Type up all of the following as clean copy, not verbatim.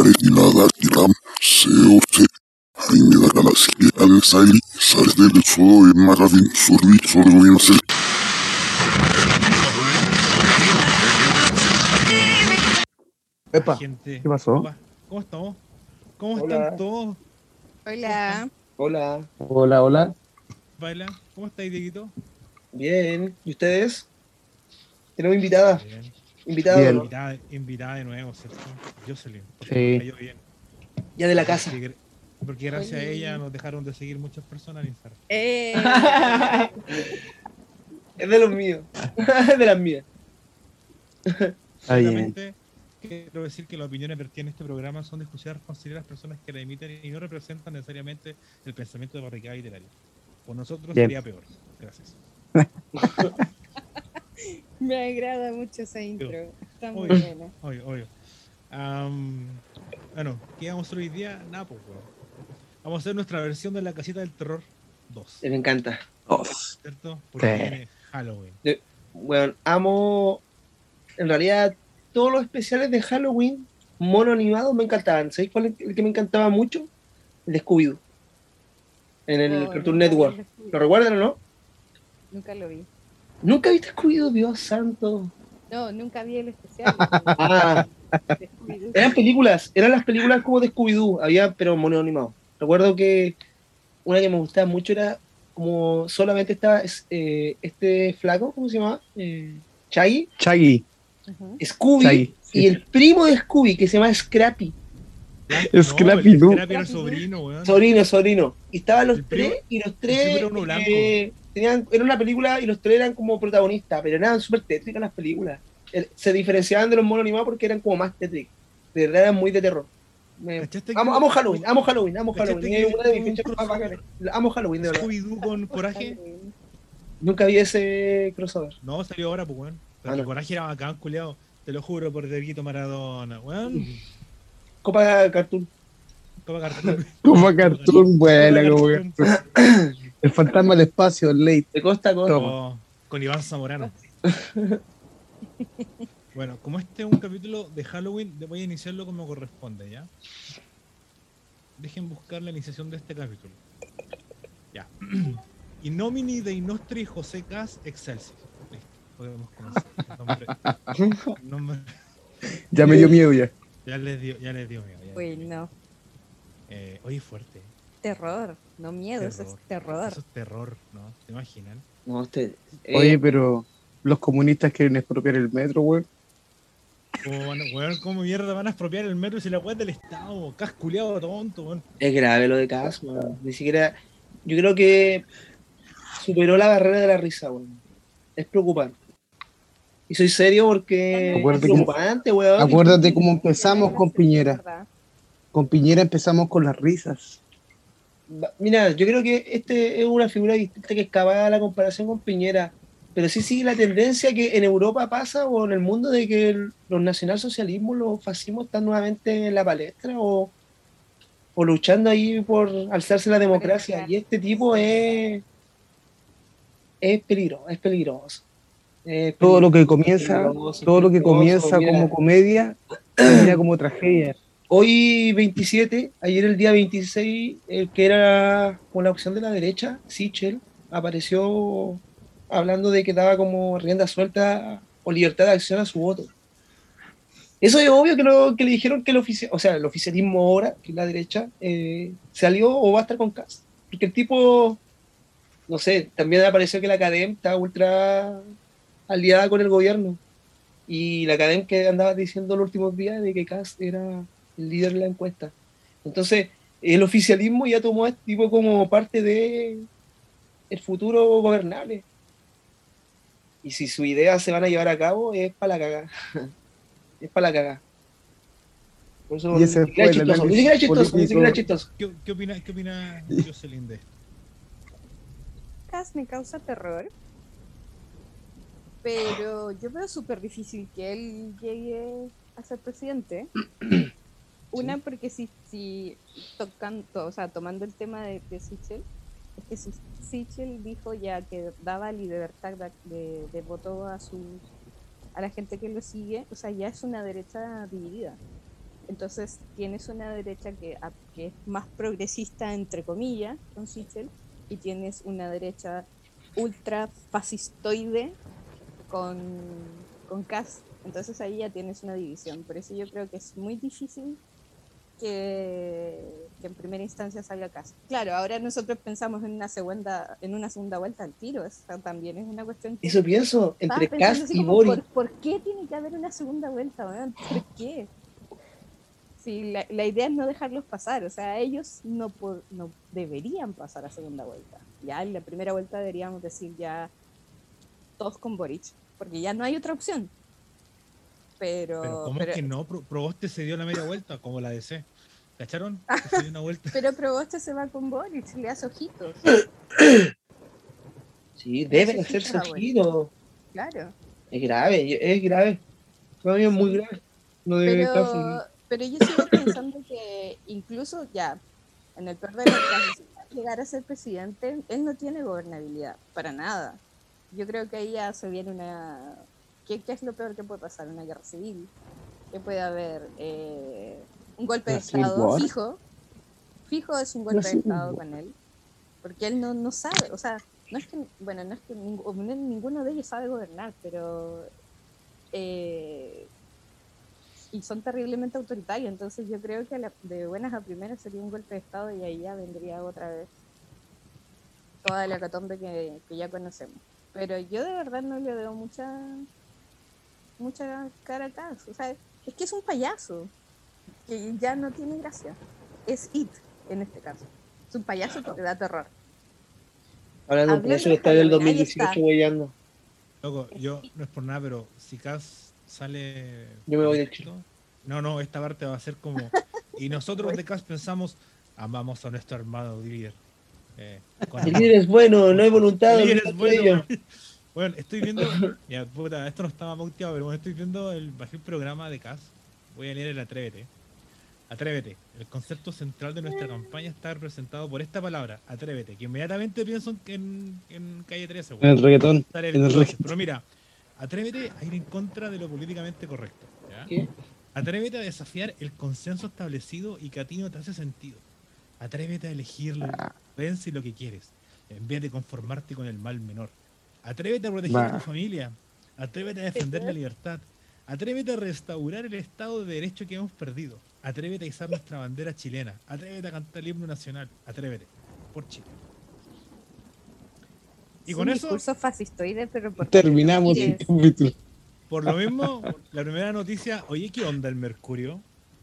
아레니나가 이람 세오세 하임이다가 나시게 알사일이 사르데르 소도 엔마가빈 소르이 소르고이마세. Epa, Gente, ¿qué pasó? ¿cómo estamos? ¿Cómo Hola. están todos? Hola. Hola, Hola, hola. Baila, ¿cómo estáis, Dieguito? bien. ¿Y ustedes? Tenemos invitada. Bien. Invitado, Bien. ¿no? Invitada de nuevo, ¿cierto? Jocelyn, porque Sí. nos cayó bien. Ya de la casa. Porque gracias a Oli. ella nos dejaron de seguir muchas personas en Instagram. Es de los míos. Es de las mías. Está bien. Solamente quiero decir que las opiniones vertidas en este programa son de exclusiva responsabilidad de las personas que la emiten y no representan necesariamente el pensamiento de barricada literaria. Por nosotros Bien. sería peor. Gracias. Me agrada mucho esa intro. Está muy Obvio. buena. Obvio. Bueno, ¿qué vamos a hacer hoy día? Nada, pues, weón. Vamos a hacer nuestra versión de la casita del terror 2, Me encanta. ¿cierto? Porque Sí. viene Halloween. Bueno, amo. En realidad, todos los especiales de Halloween mono animados me encantaban. ¿Sabéis cuál es el que me encantaba mucho? El de Scooby-Doo. En el Oh, Cartoon nunca vi Network. el de Scooby. ¿Lo recuerdan o no? Nunca lo vi. ¿Nunca viste Scooby-Doo? Dios santo. No, nunca vi el especial Ah, de Scooby-Doo. eran las películas como de Scooby-Doo, había, pero mono animado. Recuerdo que una que me gustaba mucho era como solamente estaba este flaco, ¿cómo se llama? Shaggy, Chaggy. Ujú. Scooby Shaggy, sí. y el primo de Scooby que se llama Scrappy, Scrappy Doo. Scrappy era el sobrino, weón. sobrino. Y estaban los El primo- tres y los el primo tres era uno blanco. era una película y los tres eran como protagonistas, pero eran súper tétricas las películas. Se diferenciaban de los monos animados porque eran como más tétricas. De verdad eran muy de terror. ¿Cachaste que- Amo Halloween. ¿Cachaste Y que es una de mis hubo un fechas más crossover? bacanas. Amo Halloween, de verdad. Scooby-Doo con Coraje? Halloween. Nunca vi ese crossover. No, salió ahora, pues, weón. Pero Ah, que no. Coraje era bacán, culiao. Te lo juro por Dieguito Maradona, weón. Copa Cartoon. Como cartoon. Como cartoon, buena, como cartoon. el fantasma del espacio, Late. De costa a costa. Toma. Oh, con Iván Zamorano. Bueno, como este es un capítulo de Halloween, voy a iniciarlo como corresponde, ¿ya? Dejen buscar la iniciación de este capítulo. Ya. In nomini Dei nostri José Cas Excelsis. Listo, podemos comenzar. Nombre- Ya me dio miedo ya. ya les dio miedo. ya les dio Uy, miedo. no. Oye, fuerte. Terror. No miedo, eso es terror. Eso es terror, ¿no? ¿Se imaginan? No, Oye, pero los comunistas quieren expropiar el metro, güey. ¿Cómo mierda van a expropiar el metro si la weá es del Estado? Casculeado tonto, weón. es grave lo de Cas, weón. Ni siquiera. Yo creo que superó la barrera de la risa, weón. Es preocupante. Y soy serio porque es Acuérdate preocupante, weón. Acuérdate cómo empezamos con Piñera. ¿Verdad? Con Piñera empezamos con las risas. Mira, yo creo que este es una figura distinta que escapa a la comparación con Piñera, pero sí sigue la tendencia que en Europa pasa o en el mundo de que los nacionalsocialismos, los fascismos están nuevamente en la palestra o luchando ahí por alzarse la democracia. Y este tipo es peligroso, es peligroso. Todo lo que comienza, peligroso, todo lo que peligroso. comienza Mira, como comedia, termina como tragedia. hoy 27, ayer el día 26, el que era con la opción de la derecha, Sichel, apareció hablando de que daba como rienda suelta o libertad de acción a su voto. Eso es obvio que le dijeron que el oficialismo ahora, que es la derecha, se alió o va a estar con Kast. Porque el tipo, no sé, también apareció que la CADEM está ultra aliada con el gobierno. Y la CADEM que andaba diciendo los últimos días de que Kast era el líder de la encuesta. Entonces, el oficialismo ya tomó a este tipo como parte de el futuro gobernable. Y si sus ideas se van a llevar a cabo, es para la cagada. Es para la cagada. Por eso Y ese ni siquiera fue el es chistoso, ni siquiera es chistoso, ni político. siquiera es chistoso. ¿Qué opina Jocelyn de esto? Cas me causa terror. Pero yo veo súper difícil que él llegue a ser presidente. Una, porque si tomando el tema de Sichel, es que si Sichel dijo ya que daba libertad de voto a la gente que lo sigue, o sea, ya es una derecha dividida. Entonces tienes una derecha que es más progresista, entre comillas, con Sichel, y tienes una derecha ultra fascistoide con, con Kast. Entonces ahí ya tienes una división. Por eso yo creo que es muy difícil que en primera instancia salga Kast. Claro, ahora nosotros pensamos en una segunda vuelta al tiro. Esa también es una cuestión que Eso pienso, estaba entre pensando Kast así y como, Boric. ¿por qué tiene que haber una segunda vuelta, weón? ¿Por qué? Sí, la idea es no dejarlos pasar, o sea, ellos no deberían pasar a segunda vuelta. Ya en la primera vuelta deberíamos decir ya todos con Boric, porque ya no hay otra opción. Pero ¿cómo Pero, que no? Proboste se dio la media vuelta, como la DC. ¿Cacharon? Que se dio una vuelta. pero Proboste se va con Boric, le hace ojitos. Sí, Le hace deben hacerse ojitos a Boric. giro. Claro. Es grave, es grave. Para mí es muy Sí. grave. Lo de Kast. Pero yo sigo pensando que incluso ya, en el peor de los casos, si llegar a ser presidente, él no tiene gobernabilidad, para nada. Yo creo que ahí ya se viene una... ¿Qué es lo peor que puede pasar? Una guerra civil. Que puede haber un golpe de ¿La Civil Estado War? fijo. Fijo es un La golpe de Civil Estado War. con él. Porque él no sabe, o sea, no es que, bueno, no es que ninguno de ellos sabe gobernar, pero... y son terriblemente autoritarios, entonces yo creo que de buenas a primeras sería un golpe de Estado y ahí ya vendría otra vez toda la hecatombe que ya conocemos. Pero yo de verdad no le veo mucha cara acá, o sea, es que es un payaso, que ya no tiene gracia. Es It, en este caso. Es un payaso que te da terror. Hablando de un Hablando payaso de que está en el Halloween, ahí 2018 está. huellando. Loco, yo no es por nada, pero si Cas sale. Yo me voy del electo, no, esta parte va a ser como. Y nosotros de Cas pensamos, amamos a nuestro armado líder. Con El amor. líder es bueno, no hay voluntad. El líder es olvídate de ello. bueno. Bueno, estoy viendo. Ya, puta, esto no estaba pauteado, pero bueno, estoy viendo bajé el programa de Cas. Voy a leer el Atrévete. Atrévete. El concepto central de nuestra campaña está representado por esta palabra, atrévete, que inmediatamente pienso en Calle 13, En el weón. reggaetón. Sale el En el escudo ese. reggaetón. Pero mira, atrévete a ir en contra de lo políticamente correcto. ¿Ya? ¿Qué? Atrévete a desafiar el consenso establecido y que a ti no te hace sentido. Atrévete a elegir lo que vence y lo que quieres, en vez de conformarte con el mal menor. Atrévete a proteger a tu familia. Atrévete a defender la libertad. Atrévete a restaurar el Estado de Derecho que hemos perdido. Atrévete a izar nuestra bandera chilena. Atrévete a cantar el himno nacional. Atrévete. Por Chile. Y Es con un eso, discurso fascistoide, pero por Terminamos el capítulo. por lo mismo, la primera noticia, oye, ¿qué onda el Mercurio?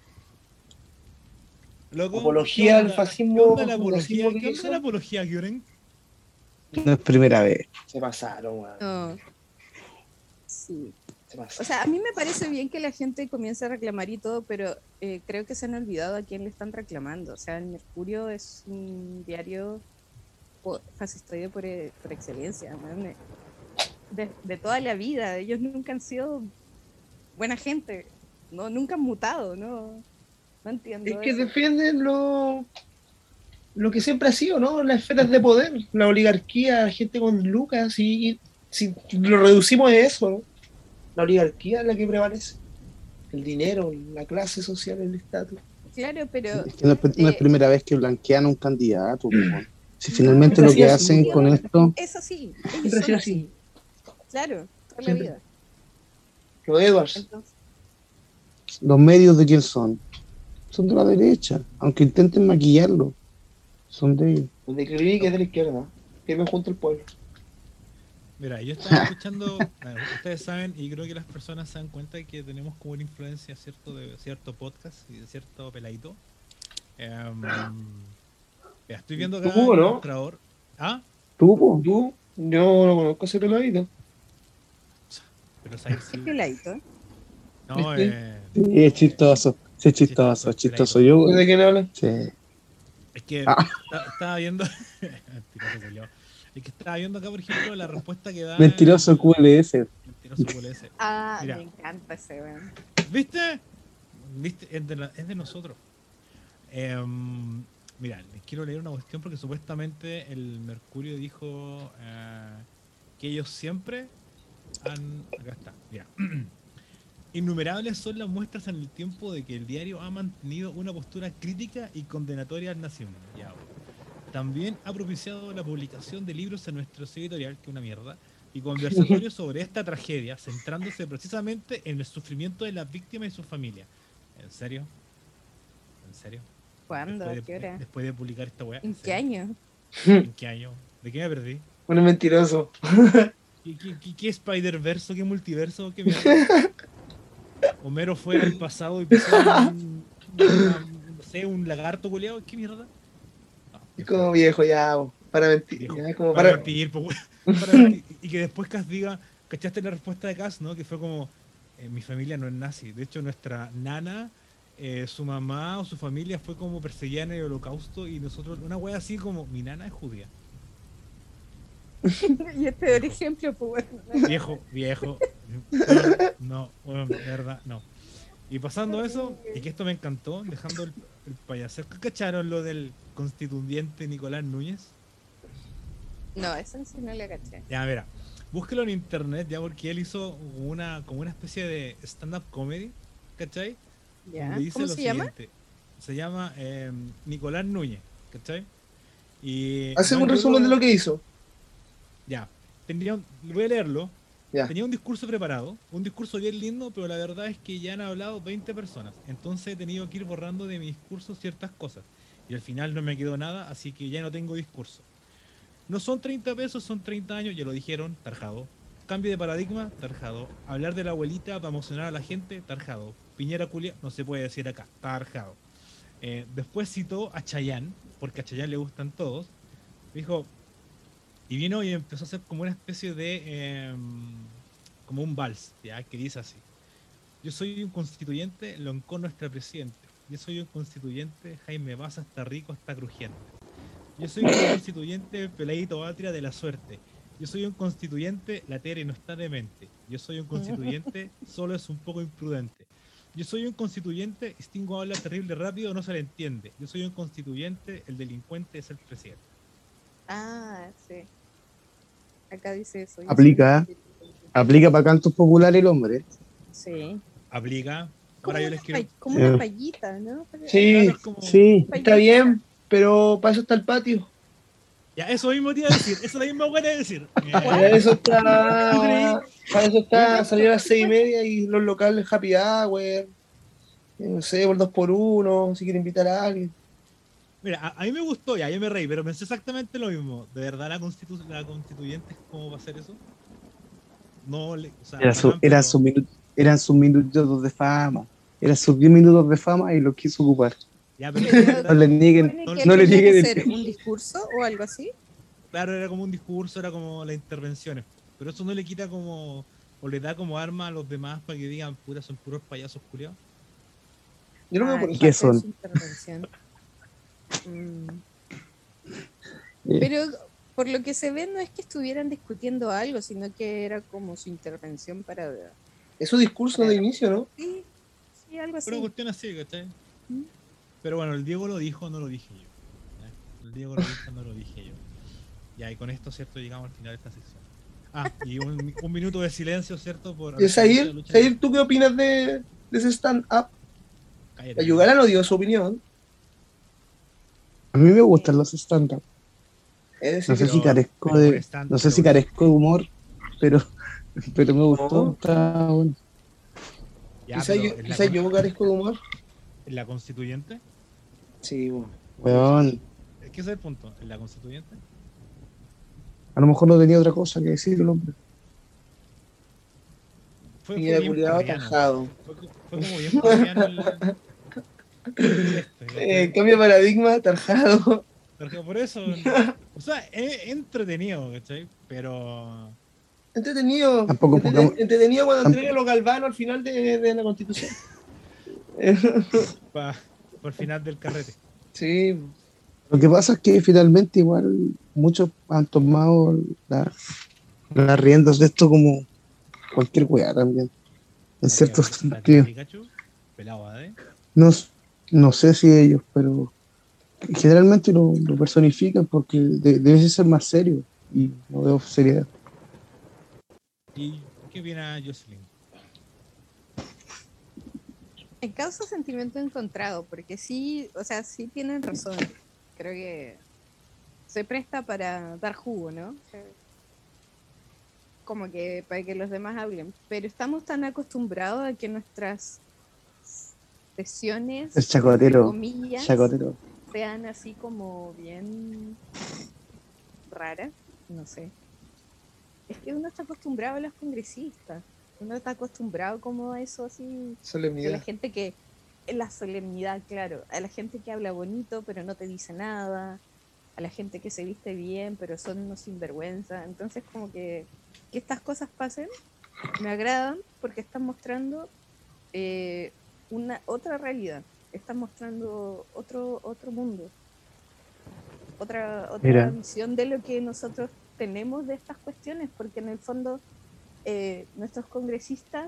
Loco, Apología ¿qué al onda? fascismo, ¿Qué onda la racismo apología? que ¿Qué onda hizo? la apología, Kioren? No es primera vez. Se pasaron, weón. No. Sí. Se pasaron. O sea, a mí me parece bien que la gente comience a reclamar y todo, pero creo que se han olvidado a quién le están reclamando. O sea, el Mercurio es un diario fascistoide por excelencia, ¿no? De toda la vida. Ellos nunca han sido buena gente, no, nunca han mutado, no entiendo. Es que eso. defienden lo que siempre ha sido, ¿no? Las esferas de poder, la oligarquía, gente con lucas, y si lo reducimos a eso, ¿no? La oligarquía es la que prevalece. El dinero, la clase social, el estatus. Claro, pero Es que no es primera vez que blanquean a un candidato. po. Si finalmente No, lo es que así, hacen con esto, es así, Siempre ellos ha son sido así. así. Claro, toda la Siempre. vida. Los Edwards. Entonces, los medios de quién son de la derecha, aunque intenten maquillarlo, son de ellos. Los de Clinic es de la izquierda. Firmen junto al pueblo. Mira, yo estaba escuchando, ustedes saben, y creo que las personas se dan cuenta de que tenemos como una influencia, ¿cierto?, de cierto podcast y de cierto peladito. Ya, estoy viendo acá ¿Tú, en el no? mostrador. ¿Ah? ¿Tú, po? Yo no conozco ese peladito. Pero sabes, sí. qué peladito. No, ¿Viste? Sí, es chistoso. Sí, es chistoso, es chistoso. Yo, ¿De quién habla? sí. es que Ah. estaba viendo. Mentiroso, culiao. Es que estaba viendo acá, por ejemplo, la respuesta que da. Mentiroso QLS. Mentiroso QLS. Ah, Mira. me encanta ese, weón. ¿Viste? ¿Viste? Es de nosotros. Mira, les quiero leer una cuestión porque supuestamente el Mercurio dijo que ellos siempre han... Acá está, mira. innumerables son las muestras en el tiempo de que el diario ha mantenido una postura crítica y condenatoria al nazismo. Ya, bueno. También ha propiciado la publicación de libros en nuestro sello editorial, que es una mierda, y conversatorios sobre esta tragedia, centrándose precisamente en el sufrimiento de las víctimas y sus familias. ¿En serio? ¿En serio? ¿Cuándo? ¿A qué hora? Después de publicar esta weá. ¿En qué año? ¿En qué año? ¿De qué me perdí? Un mentiroso. ¿Qué Spider-Verso? ¿Qué multiverso? ¿Qué mierda? Homero fue al pasado y pisó no sé, un lagarto culeado. ¿Qué mierda? No, Es como viejo ya, para mentir. viejo. Ya, es como Para para... mentir, po, weón. Para mentir. Y que después Cass diga, ¿cachaste la respuesta de Cass, no? Que fue como, mi familia no es nazi. De hecho, nuestra nana, su mamá o su familia fue como perseguida en el holocausto y nosotros, una wea así como, mi nana es judía. Y el peor ejemplo, pues bueno. Viejo. No, bueno, de verdad, no. Y pasando eso, y que esto me encantó, dejando el payaso. ¿Cacharon lo del constituyente Nicolás Núñez? No, eso sí no le caché. Ya, mira, búsquelo en internet, ya, porque él hizo como una especie de stand-up comedy, ¿cachai? ¿Ya? Donde dice ¿Cómo lo se llama? siguiente. Se llama Nicolás Núñez, ¿cachai? Y Hace bueno, un yo resumen de lo que hizo. Ya, voy a leerlo. Ya. Tenía un discurso preparado, un discurso bien lindo, pero la verdad es que ya han hablado 20 personas. Entonces he tenido que ir borrando de mi discurso ciertas cosas. Y al final no me quedó nada, así que ya no tengo discurso. No son 30 pesos, son 30 años, ya lo dijeron, tarjado. Cambio de paradigma, tarjado. Hablar de la abuelita para emocionar a la gente, tarjado. Piñera culia, no se puede decir acá, tarjado. Después citó a Chayanne, porque a Chayanne le gustan todos. Dijo, y vino y empezó a hacer como una especie de como un vals, ya, que dice así: yo soy un constituyente, Loncón nuestra presidente. Yo soy un constituyente, Jaime Baza está rico, está crujiente. Yo soy un constituyente, Peladito Atria de la suerte. Yo soy un constituyente, la Tere no está demente. Yo soy un constituyente, solo es un poco imprudente. Yo soy un constituyente, Stingo habla terrible rápido, no se le entiende. Yo soy un constituyente, el delincuente es el presidente. Ah, sí. Acá dice eso. Yo Aplica. soy- Aplica para cantos populares el hombre. Sí. Aplica. Como Ahora yo una, les quiero. como una payita, ¿no? Sí, Claro, es como- Sí. está bien, pero para eso está el patio. Ya, eso mismo te iba a decir, eso es la misma buena de decir. Para eso está, ¿Tú creí? para eso está salir a las 6:30 y los locales happy hour. No sé, por 2x1, si quiere invitar a alguien. Mira, a mí me gustó, ya, yo me reí, pero pensé exactamente lo mismo. ¿De verdad la constituyente es como va a hacer eso? No, o sea, bacán, pero- Eran sus minutos de fama. Eran sus 10 minutos de fama y los quiso ocupar. Ya, pero No le nieguen, Supone que no le tenía que nieguen ser el... un discurso o algo así. claro, era como un discurso, era como las intervenciones. Pero eso no le quita como, o le da como arma a los demás para que digan, pura, son puros payasos culiados. Yo no me acuerdo. ¿Y qué parte de son? su intervención. Pero por lo que se ve no es que estuvieran discutiendo algo, sino que era como su intervención para... Es su discurso de inicio, ¿no? Sí, sí, algo así. Pero cuestión así, ¿cachai? ¿Mm? Pero bueno, el Diego lo dijo, no lo dije yo. ¿ya? El Diego lo dijo, no lo dije yo. Ya, y con esto, ¿cierto? Llegamos al final de esta sección. Ah, y un minuto de silencio, ¿cierto? Por Y Zair, ¿tú qué opinas de ese stand-up? Cállate. La Yugara no dio su opinión. A mí me gustan los stand-up. Es No decir, sé si carezco pero de... por stand, No sé pero si por- carezco de humor, pero me gustó. No. Está bueno. Ya, quizás pero yo, quizás yo carezco de humor. ¿en la constituyente? Sí, bueno. Weón, Es que ese es el punto. ¿En la constituyente? a lo mejor no tenía otra cosa que decir el hombre. Fue Mira, bien culiado parriano. atajado. Fue como bien parriano En cambio de paradigma, tarjado. Porque por eso, o sea, es entretenido, ¿cachai? Pero Entretenido. Tampoco pongamos- Entretenido cuando tampoco- entrega los galvanos al final de la constitución. por final del carrete. Sí, Lo que pasa es que finalmente igual muchos han tomado las riendas de esto como cualquier weá también. En cierto La tía sentido. Pikachu, pelado, ¿eh? No sé si ellos, pero generalmente lo personifican porque debe ser más serio y no veo seriedad. ¿Y qué opina Jocelyn? Me causa sentimiento encontrado, porque sí, o sea, sí tienen razón. Creo que se presta para dar jugo, ¿no? O sea, como que para que los demás hablen. Pero estamos tan acostumbrados a que nuestras sesiones, Es entre chacotero. comillas, Chacotero. sean así como bien raras, no sé. Es que uno está acostumbrado a los congresistas, uno está acostumbrado como a eso así, de la Solemnidad. gente que, la solemnidad, claro, a la gente que habla bonito pero no te dice nada, a la gente que se viste bien pero son unos sinvergüenza. Entonces como que estas cosas pasen, me agradan porque están mostrando una otra realidad, están mostrando otro mundo, otra Mira. visión de lo que nosotros tenemos de estas cuestiones, porque en el fondo nuestros congresistas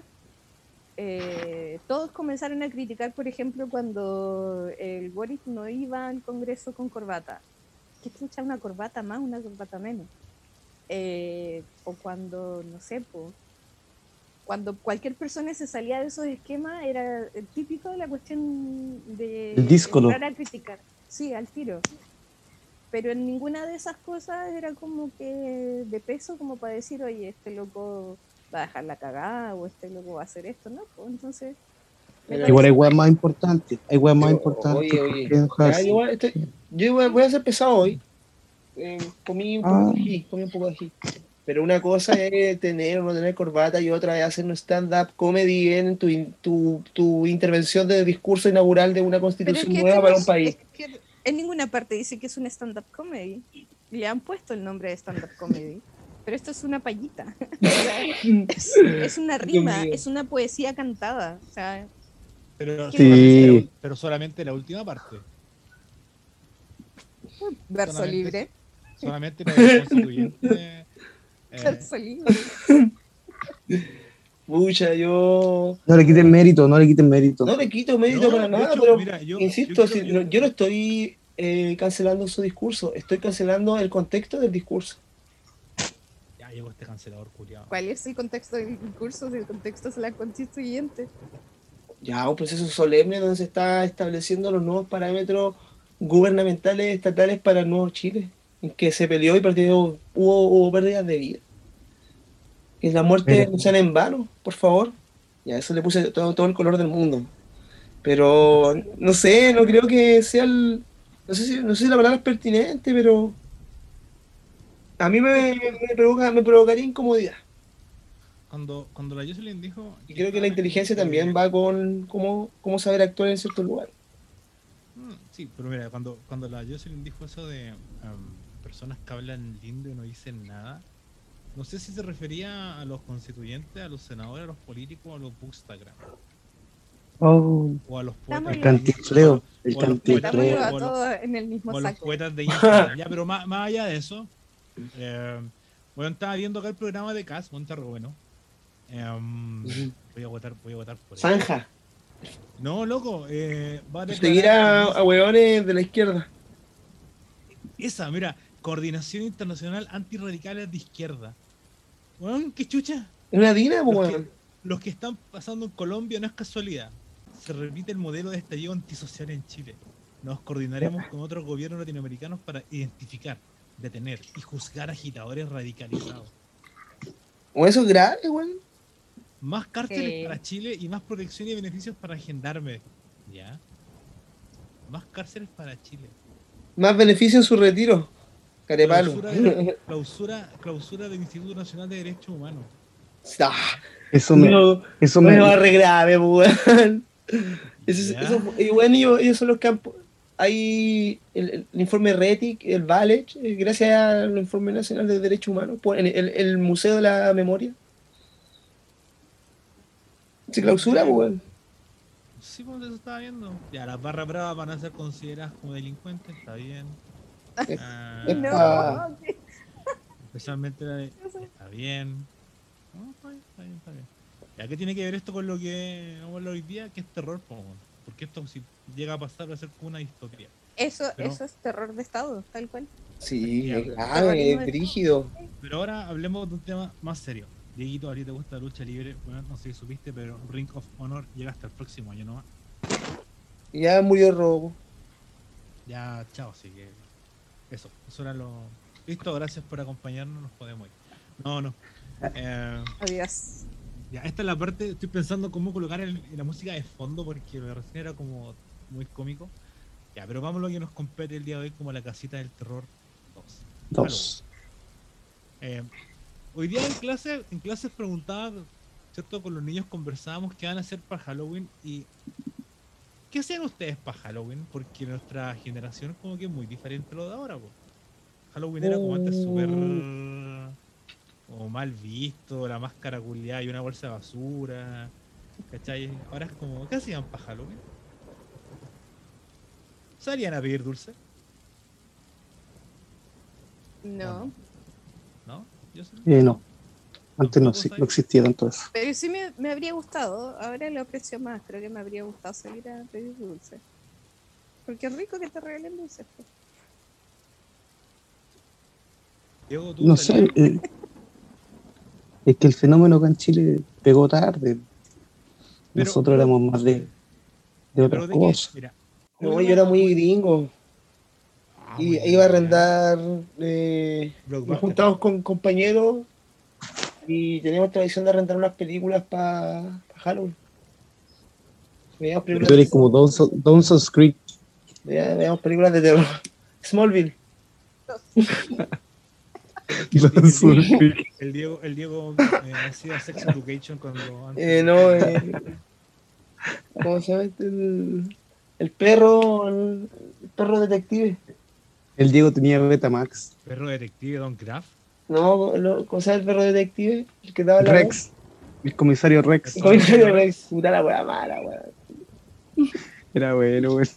todos comenzaron a criticar, por ejemplo, cuando el Boric no iba al Congreso con corbata. ¿Qué chucha una corbata más, una corbata menos? O cuando, no sé, cuando cualquier persona se salía de esos esquemas, era el típico de la cuestión de El díscolo. entrar a criticar. Sí, al tiro. Pero en ninguna de esas cosas era como que de peso como para decir, oye, este loco va a dejar la cagada o este loco va a hacer esto, ¿no? Pues entonces, me Pero- Igual hay parece weas más importantes. Hay weas más Pero, importantes. oye, ¿Por oye. qué Ya, enojarse? yo voy a ser pesado hoy. Comí un poco de ají, comí un poco de ají. Pero una cosa es tener o no tener corbata y otra es hacer un stand-up comedy en tu intervención de discurso inaugural de una Pero es constitución que nueva esto no para un es, país. es que en ninguna parte dice que es un stand-up comedy. Le han puesto el nombre de stand-up comedy. Pero esto es una payita. O sea, es una Dios rima, mío. es una poesía cantada. O sea, Pero, ¿qué solamente, Sí. pero solamente la última parte. verso Solamente- libre. Solamente para el constituyente. Verso libre. Pucha, yo No le quiten mérito, no le quiten mérito. no le quito mérito No, para de nada, hecho, pero mira, insisto, yo quiero- yo no estoy cancelando su discurso, estoy cancelando el contexto del discurso. Ya llegó este cancelador culiado. ¿Cuál es el contexto del discurso? Si el contexto es la constituyente. Ya, un proceso solemne donde se está estableciendo los nuevos parámetros gubernamentales estatales para el nuevo Chile, en que se peleó y hubo pérdidas de vida. Que las muertes Mira. no sean en vano, por favor. Ya, eso le puse todo el color del mundo. Pero no sé, no creo que sea el. No sé si la palabra es pertinente, pero a mí me provocaría incomodidad. Cuando la Jocelyn dijo. Y creo que la inteligencia también va con cómo saber actuar en ciertos lugares. Sí, pero mira, cuando la Jocelyn dijo eso de personas que hablan lindo y no dicen nada, no sé si se refería a los constituyentes, a los senadores, a los políticos, a los bookstagram, Oh, o a los Estamos poetas el Bueno, cantinfleo. El o a los poetas Metámoslo cantinfleo. a o los- todos en el mismo o a los saco. poetas de Instagram. Ya, pero más allá de eso, bueno, estaba viendo acá el programa de Cas, Monterro, bueno. Voy a votar por él. Zanja. No, loco, va a Seguir declarar a hueones de la izquierda. esa, mira, Coordinación Internacional Antirradicales de Izquierda. Weón, qué chucha. Es una dina, pues, Los que, weón. los que están pasando en Colombia no es casualidad. Se repite el modelo de estallido antisocial en Chile. Nos coordinaremos con otros gobiernos latinoamericanos para identificar, detener y juzgar agitadores radicalizados. O eso es grave, weón. Más cárceles para Chile y más protección y beneficios para gendarmes. ¿Ya? Más cárceles para Chile. Más beneficio en su retiro. Carepalo. Clausura del Instituto Nacional de Derechos Humanos. Ah, Eso me. no, Eso no me. es re grave, pues, weón. Ya. Y bueno, ellos son los campos. Hay el informe RETIC, el VALEC, gracias al Informe Nacional de Derechos Humanos, el Museo de la Memoria. Se clausura, pues, weón. Sí, pues eso estaba viendo. Ya, las barras bravas van a ser consideradas como delincuentes, está bien. Ah, Epa. No, especialmente la de. Está bien. No, está bien. Ya, ¿qué tiene que ver esto con lo que vamos a hablar hoy día? Que es terror, po, weón. Porque esto, si llega a pasar, va a ser como una distopía. eso Pero- es terror de Estado, tal cual. Sí, Ya. es grave, es brígido. Pero ahora hablemos de un tema más serio. Dieguito, a ti te gusta la lucha libre. Bueno, no sé si supiste, pero Ring of Honor llega hasta el próximo año nomás. Y ya murió el robo. Ya, chao, así que eso era lo... Listo, gracias por acompañarnos, nos podemos ir. No. Adiós. Ya, esta es la parte, estoy pensando cómo colocar la música de fondo porque lo de recién era como muy cómico. Ya, pero vamos a lo que nos compete el día de hoy como la casita del terror 2. 2. Hoy día en clases preguntaba, ¿cierto? Con los niños conversábamos qué van a hacer para Halloween y ¿qué hacían ustedes para Halloween? Porque nuestra generación es como que muy diferente a lo de ahora, po. Halloween era como antes súper como mal visto, la máscara culiada y una bolsa de basura, ¿cachai? Ahora es como, ¿qué hacían para Halloween? ¿Salían a pedir dulce? No. ¿No? Yo sé. No, antes no, ¿Tampoco no existía tanto eso. Pero sí me habría gustado. Ahora lo aprecio más. Creo que me habría gustado salir a pedir dulce. Porque es rico que te regalen dulces. Pues. Diego, ¿tú No salías? sé, es que el fenómeno acá en Chile pegó tarde. Nosotros éramos más de ¿Pero otras de qué? cosas. Mira. No, yo era muy gringo. Y iba a arrendar. Nos Blockbuster. juntamos con compañeros y teníamos tradición de arrendar unas películas para Halloween. Veíamos películas, Tú eres como Dawson's Creek. veíamos películas de terror. Smallville. Dawson's Creek. El Diego hacía Sex Education cuando antes. ¿Cómo se llama el perro? El perro detective. El Diego tenía Betamax. Perro detective Don Graff. No, ¿cómo se llama el perro detective? El que daba la Rex. El comisario Rex. El comisario Rex. Puta la wea mala, wea. Era bueno, güey.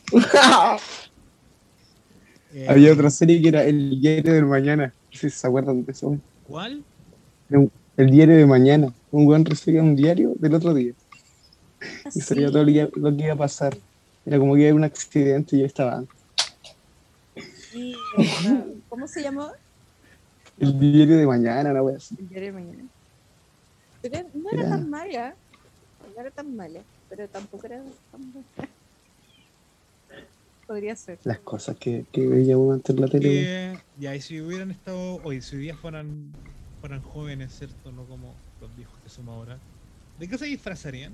Había otra serie que era El Diario del Mañana. No sé si se acuerdan de eso, güey. ¿Cuál? El Diario de Mañana. Un buen recibía un diario del otro día. Y sabía todo lo que iba a pasar. Era como que había un accidente y ya estaba. Sí, ¿cómo se llamó? El Diario de Mañana, una wea así. El diario de mañana. Pero no era tan mala. No era tan mala. Pero tampoco era tan buena. Podría ser. Las cosas que veíamos antes en la tele, güey. Ya, y si hubieran estado, hoy si hoy día fueran jóvenes, ¿cierto? No como los viejos que somos ahora. ¿De qué se disfrazarían?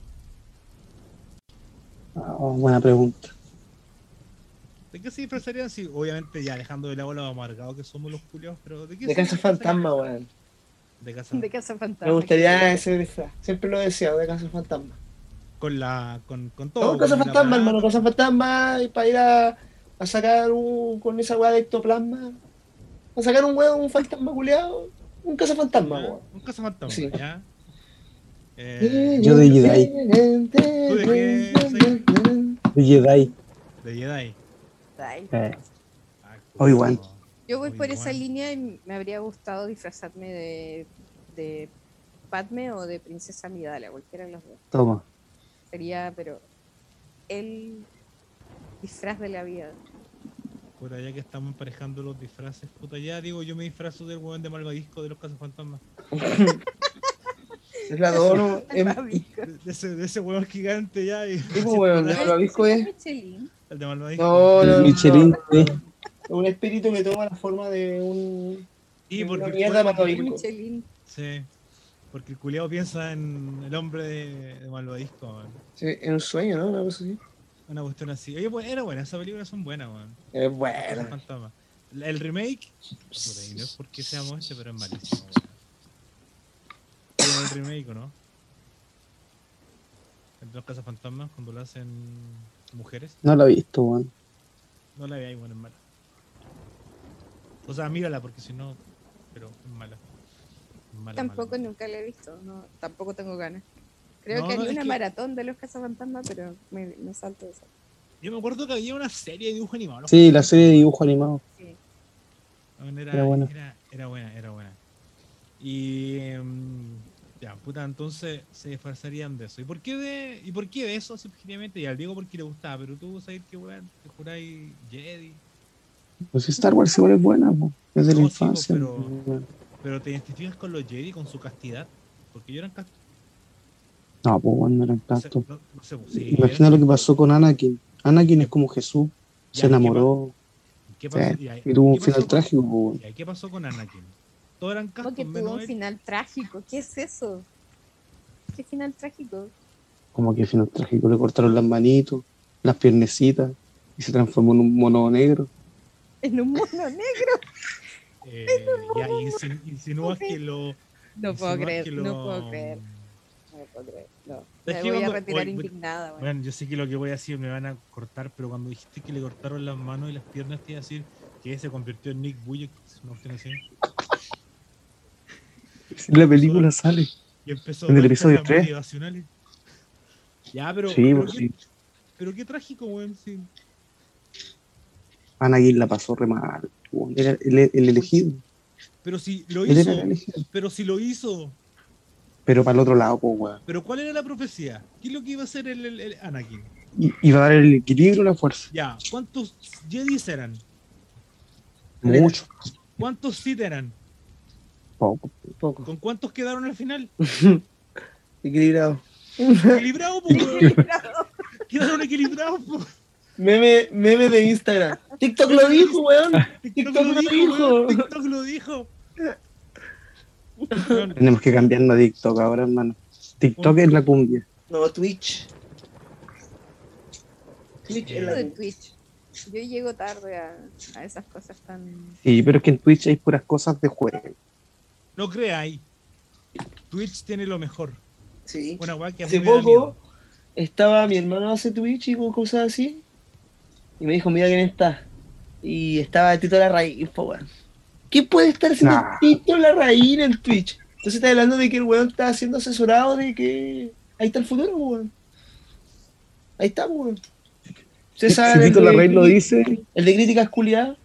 Buena pregunta. ¿De qué se disfrazarían? Sí, obviamente ya dejando de lado lo amargados que somos los culiados, pero ¿de qué De se Casa disfrazarían? Fantasma, weón. De casa. De Casa Fantasma. Me gustaría ese disfraz. Siempre lo he deseado, de Casa Fantasma. Con todo. No, Casa con el Fantasma, hermano, aparato. Casa Fantasma, y para ir a sacar con esa weá de ectoplasma. A sacar un fantasma culeado. Un Casa Fantasma, ¿Ya? weón. Un cazafantasma, Sí. ¿ya? Yo de Jedi. ¿Tú de qué soy? De Jedi. De Jedi. Ay. Ah, Obi-Wan. Yo voy por Obi-Wan. esa línea y me habría gustado disfrazarme de Padme o de Princesa Amidala, cualquiera de los dos. Toma. Sería, pero el disfraz de la vida. Puta, ya que estamos emparejando los disfraces, puta, ya digo, yo me disfrazo del weón de malvadisco de los cazafantasmas. Es la dono. De ese weón gigante ya. Y Sí, pues, weón, de Malvavisco es. Michelin. el de malvadisco. No. Michelin, sí. Un espíritu que toma la forma de un. Y una porque mierda de Malvavisco. Michelin. Sí. Porque el culiao piensa en el hombre de malvadisco, man. Sí, en un sueño, ¿no? Una cosa así. Una cuestión así. Oye, pues era buena, esas películas son buenas, weón. Es Los buena. cazafantasmas. El remake, puta, y no es porque seamos este, pero es malísimo, weón. ¿Vieron el remake o no? El de los cazafantasmas, cuando lo hacen mujeres. No lo he visto, weón. No la veáis, bueno, es mala. O sea, mírala porque si no, pero es mala. Es mala, Tampoco mala. nunca la he visto, no, tampoco tengo ganas. Creo No, que no, haría es una que- maratón de los cazafantasmas, pero me salto eso. Yo me acuerdo que había una serie de dibujo animado. ¿No? Sí, la serie de dibujo animado. Sí. Era buena. Era buena. Y ya, puta, entonces se disfrazarían de eso. ¿Y por qué de eso, subjetivamente? Y al Diego porque le gustaba, pero tú sabes que weón, te juráis Jedi, Pues Star Wars igual es buena, po. Es de la No, sí, po, infancia. pero te identificas con los Jedi, con su castidad, porque ellos eran castos. No, pues bueno, no eran No sé, tanto. no sé, pues, sí, Imagina lo que pasó con Anakin. Anakin es como Jesús, Ya, se enamoró, ¿Qué o pasó? sea, Ya, y tuvo un ¿qué pasó final con- trágico, po, weón. ya, ¿qué pasó con Anakin? Todos eran ¿Cómo que castos, tuvo un menos él. final trágico? ¿Qué es eso? ¿Qué final trágico? Como que final trágico, le cortaron las manitos, las piernecitas, y se transformó en un mono negro. En un mono negro. Ya, insinúas que lo. No puedo insinúas creer, que no puedo lo- creer. No lo puedo creer. No. Es Me que voy a cuando- retirar oye, indignada, weón. Bueno, yo sé que lo que voy a decir me van a cortar, pero cuando dijiste que le cortaron las manos y las piernas, te iba a decir que se convirtió en Nick Bullek, no tiene así. Si la película sale. Y empezó En el vueltas episodio las 3. motivacionales. Ya, Sí, pues sí. pero qué trágico, weón. Sí. Anakin la pasó re mal, weón. Era el elegido. Pero si lo Él era hizo, el elegido. pero si lo hizo. Pero para el otro lado, pues, weón. Pero ¿cuál era la profecía? ¿Qué es lo que iba a hacer el Anakin? Iba a dar el equilibrio y la fuerza. Ya, ¿cuántos Jedis eran? Mucho. ¿Cuántos Sith eran? Poco. Poco. ¿Con cuántos quedaron al final? Equilibrado. Equilibrados, po, weón. Quedaron equilibrados, po. Meme de Instagram. TikTok lo dijo, weón. TikTok lo dijo, weón. TikTok lo dijo. Weón, Tenemos que cambiarnos a TikTok ahora, hermano. TikTok es la cumbia. No, Twitch. Twitch es Eso la de Twitch. Yo llego tarde a esas cosas tan. Sí, pero es que en Twitch hay puras cosas de juego. no creáis. Twitch tiene lo mejor. Sí. Una weá que a mí Hace me da poco miedo. estaba mi hermano hace Twitch y cosas así. Y me dijo, mira quién está. Y estaba Tito Larraín, po, weón. ¿Qué puede estar haciendo Nah. Tito Larraín en Twitch? Entonces está hablando de que el weón está siendo asesorado de que ahí está el futuro, po, weón. Ahí está, po, weón. César, Si Tito el de Larraín lo crítica- dice, El de críticas culiadas.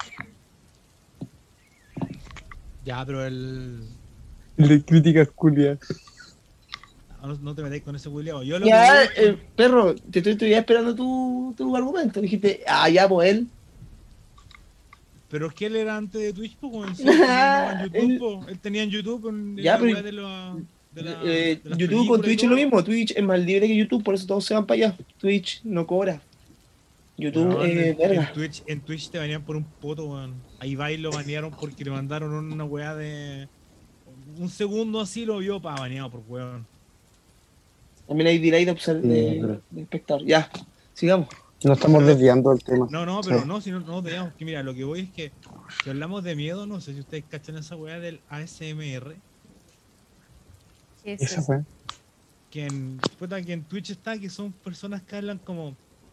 Ya, pero el. el de críticas culias. No te metáis con ese culiao. Yo lo que Ya, voy es que- perro, te estoy esperando tu argumento. Dijiste, ya, pues él. Pero es que él era antes de Twitch, pues, weón. Sí, él tenía en Él- YouTube, po. Él tenía en YouTube en Ya, la pero- weá de las YouTube películas con y Twitch es todo. lo mismo. Twitch es más libre que YouTube, por eso todos se van para allá. Twitch no cobra. YouTube Weón, es verga. en Twitch te banean por un poto, weón. Ahí va y lo banearon porque le mandaron una weá de. Un segundo así lo vio para baneado por weón. También hay delay de, pero- de espectador. Ya, sigamos. Nos estamos desviando del tema. No, pero Sí. no, si no digamos que mira, lo que voy es que si hablamos de miedo, no sé si ustedes cachan esa weá del ASMR, ¿Qué es Esa eso? fue. que en Twitch está, que son personas que hablan como.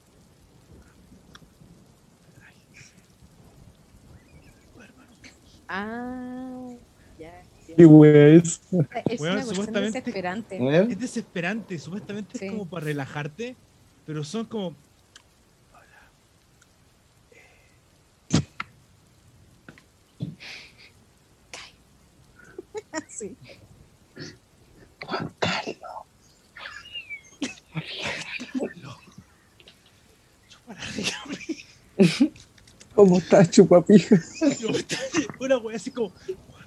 Ah, ya. ¿Qué wea es? Es Weón, una cuestión supuestamente- desesperante. A ver. Es desesperante, supuestamente Sí. es como para relajarte, pero son como. Sí. ¿Cómo estás, chupapija? Una wea así como.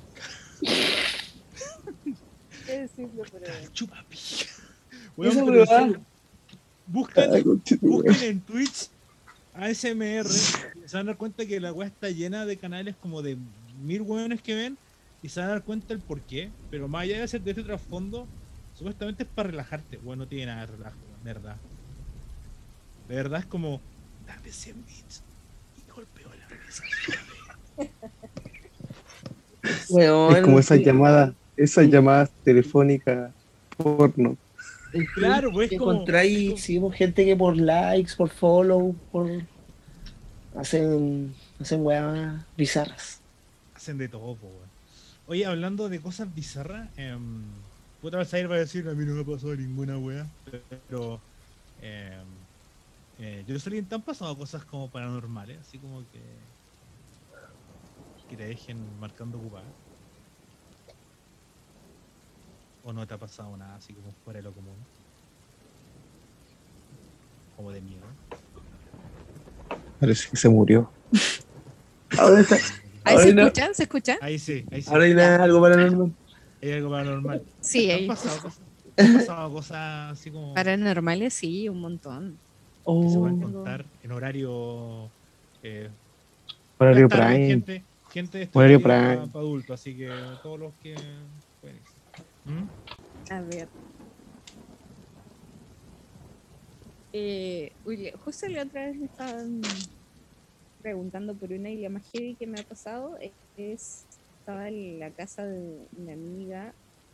¿Qué decirlo? Pero. Chupa pija. Esa Weón, pero en weá. serio, buscan, Ay, conchetumare. busquen en Twitch ASMR y se van a dar cuenta que la weá está llena de canales como de 1000 weones que ven y se van a dar cuenta el por qué, pero más allá de de este trasfondo, supuestamente es para relajarte. Bueno, no tiene nada de relajo, de verdad. De verdad es como, dame 100 bits y golpeo la mesa. Weón, Es como sí. esas llamadas telefónicas porno. Claro, pues, es como- Encontráis, es sí, pues, gente que por likes, por follow, por. Hacen weas bizarras. Hacen de todo, po, weón. Oye, hablando de cosas bizarras, puta Alzair va a decir, a mí no me ha pasado ninguna wea, pero yo sé que te han pasado cosas como paranormales, así como que te dejen marcando ocupada. ¿O no te ha pasado nada así como fuera de lo común? Como de miedo. Parece que se murió. Ahora está. ¿Ahí Ahora se no. escuchan? ¿Se escuchan? Ahí sí, ahí sí. Ahora hay algo paranormal. Hay algo paranormal. Sí, ¿Te han hay pasado cosas? ¿Te han pasado cosas así como... paranormales, sí, un montón. que se Oh, puedan contar en horario. Horario Más tarde, Prime. gente de este Horario horario Prime. para adultos, así que todos los que pueden irse. ¿Mm? A ver. Oye, justo la otra vez me estaban preguntando por una y la más heavy que me ha pasado estaba en la casa de una amiga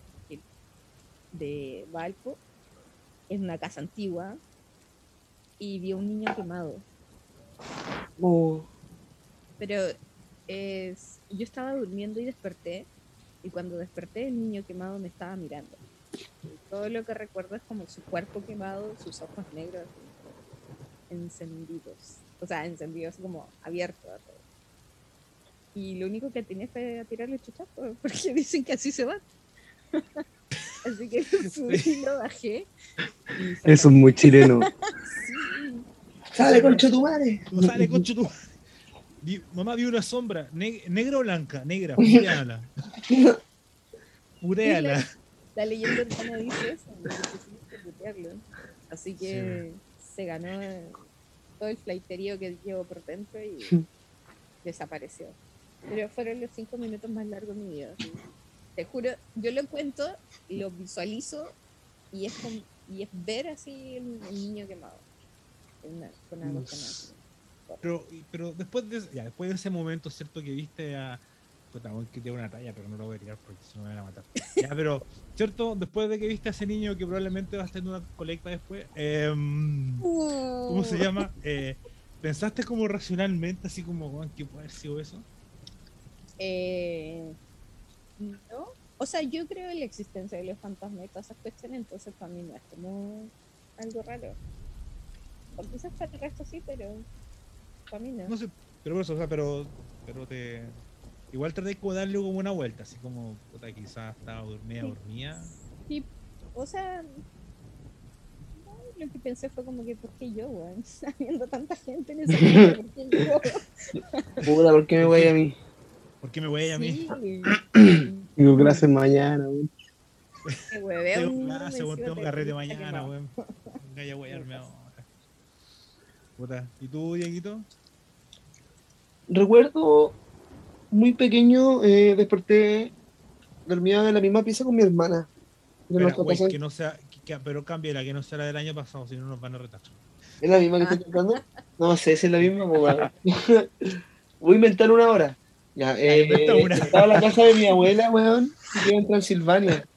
de Valpo, es una casa antigua, y vio un niño quemado. oh, Pero yo estaba durmiendo y desperté, y cuando desperté el niño quemado me estaba mirando. Y todo lo que recuerdo es como su cuerpo quemado, sus ojos negros encendidos. O sea, encendidos como abiertos a todo. Y lo único que tenía fue a tirarle chuchazo, porque dicen que así se va. Así que lo subí, lo bajé. Y Eso es muy chileno. Sí. ¡sale, concha tu madre! No sale, concho tú. Mamá vio una sombra, negra o blanca, negra, pureala. Pureala. La leyenda urbana dice eso, que tienes que putearlo. Así que se ganó todo el flaiterío que llevo por dentro y desapareció. Pero fueron los 5 minutos más largos de mi vida. ¿Sí? Te juro, yo lo cuento, lo visualizo y es ver así el niño quemado. Con algo así. Pero después de ese momento, ¿cierto? Que viste a. Puta, voy a quitar una talla, pero no lo voy a tirar porque si no me van a matar. Ya, pero, ¿cierto? Después de que viste a ese niño que probablemente va a estar en una colecta después, ¿cómo se llama? ¿Pensaste como racionalmente, así como, "Juan, ¿qué puede haber sido eso?" No, o sea, yo creo en la existencia de los fantasmas y todas esas cuestiones, entonces para mí no es como algo raro. O quizás para el resto sí, pero para mí no. No sé, pero por eso, o sea, pero te. Igual traté de darle como una vuelta, así como, puta, quizás estaba dormida. Sí, o sea, no, lo que pensé fue como que, ¿por qué yo, weón? Habiendo tanta gente en esa casa, ¿por qué yo? Puta, ¿por qué me voy a mí? ¿Por qué me voy a mí? Sí, Tengo clases mañana, güey. me hueveo Tengo un clase, niño weón, tengo encima carrete de mañana, quemado. weón. Venga, ya voy a irme ahora. Puta, ¿y tú, Dieguito? Recuerdo muy pequeño, desperté, dormía en la misma pieza con mi hermana. De Espera, nuestra güey, casa. que no sea, pero cámbiala, que no sea la del año pasado, si no nos van a retar. ¿Es la misma que estoy contando? No sé si es la misma, pues, weón. Voy a inventar una hora. Ya, Ya, inventa una. estaba en la casa de mi abuela, weón, que queda en Transilvania.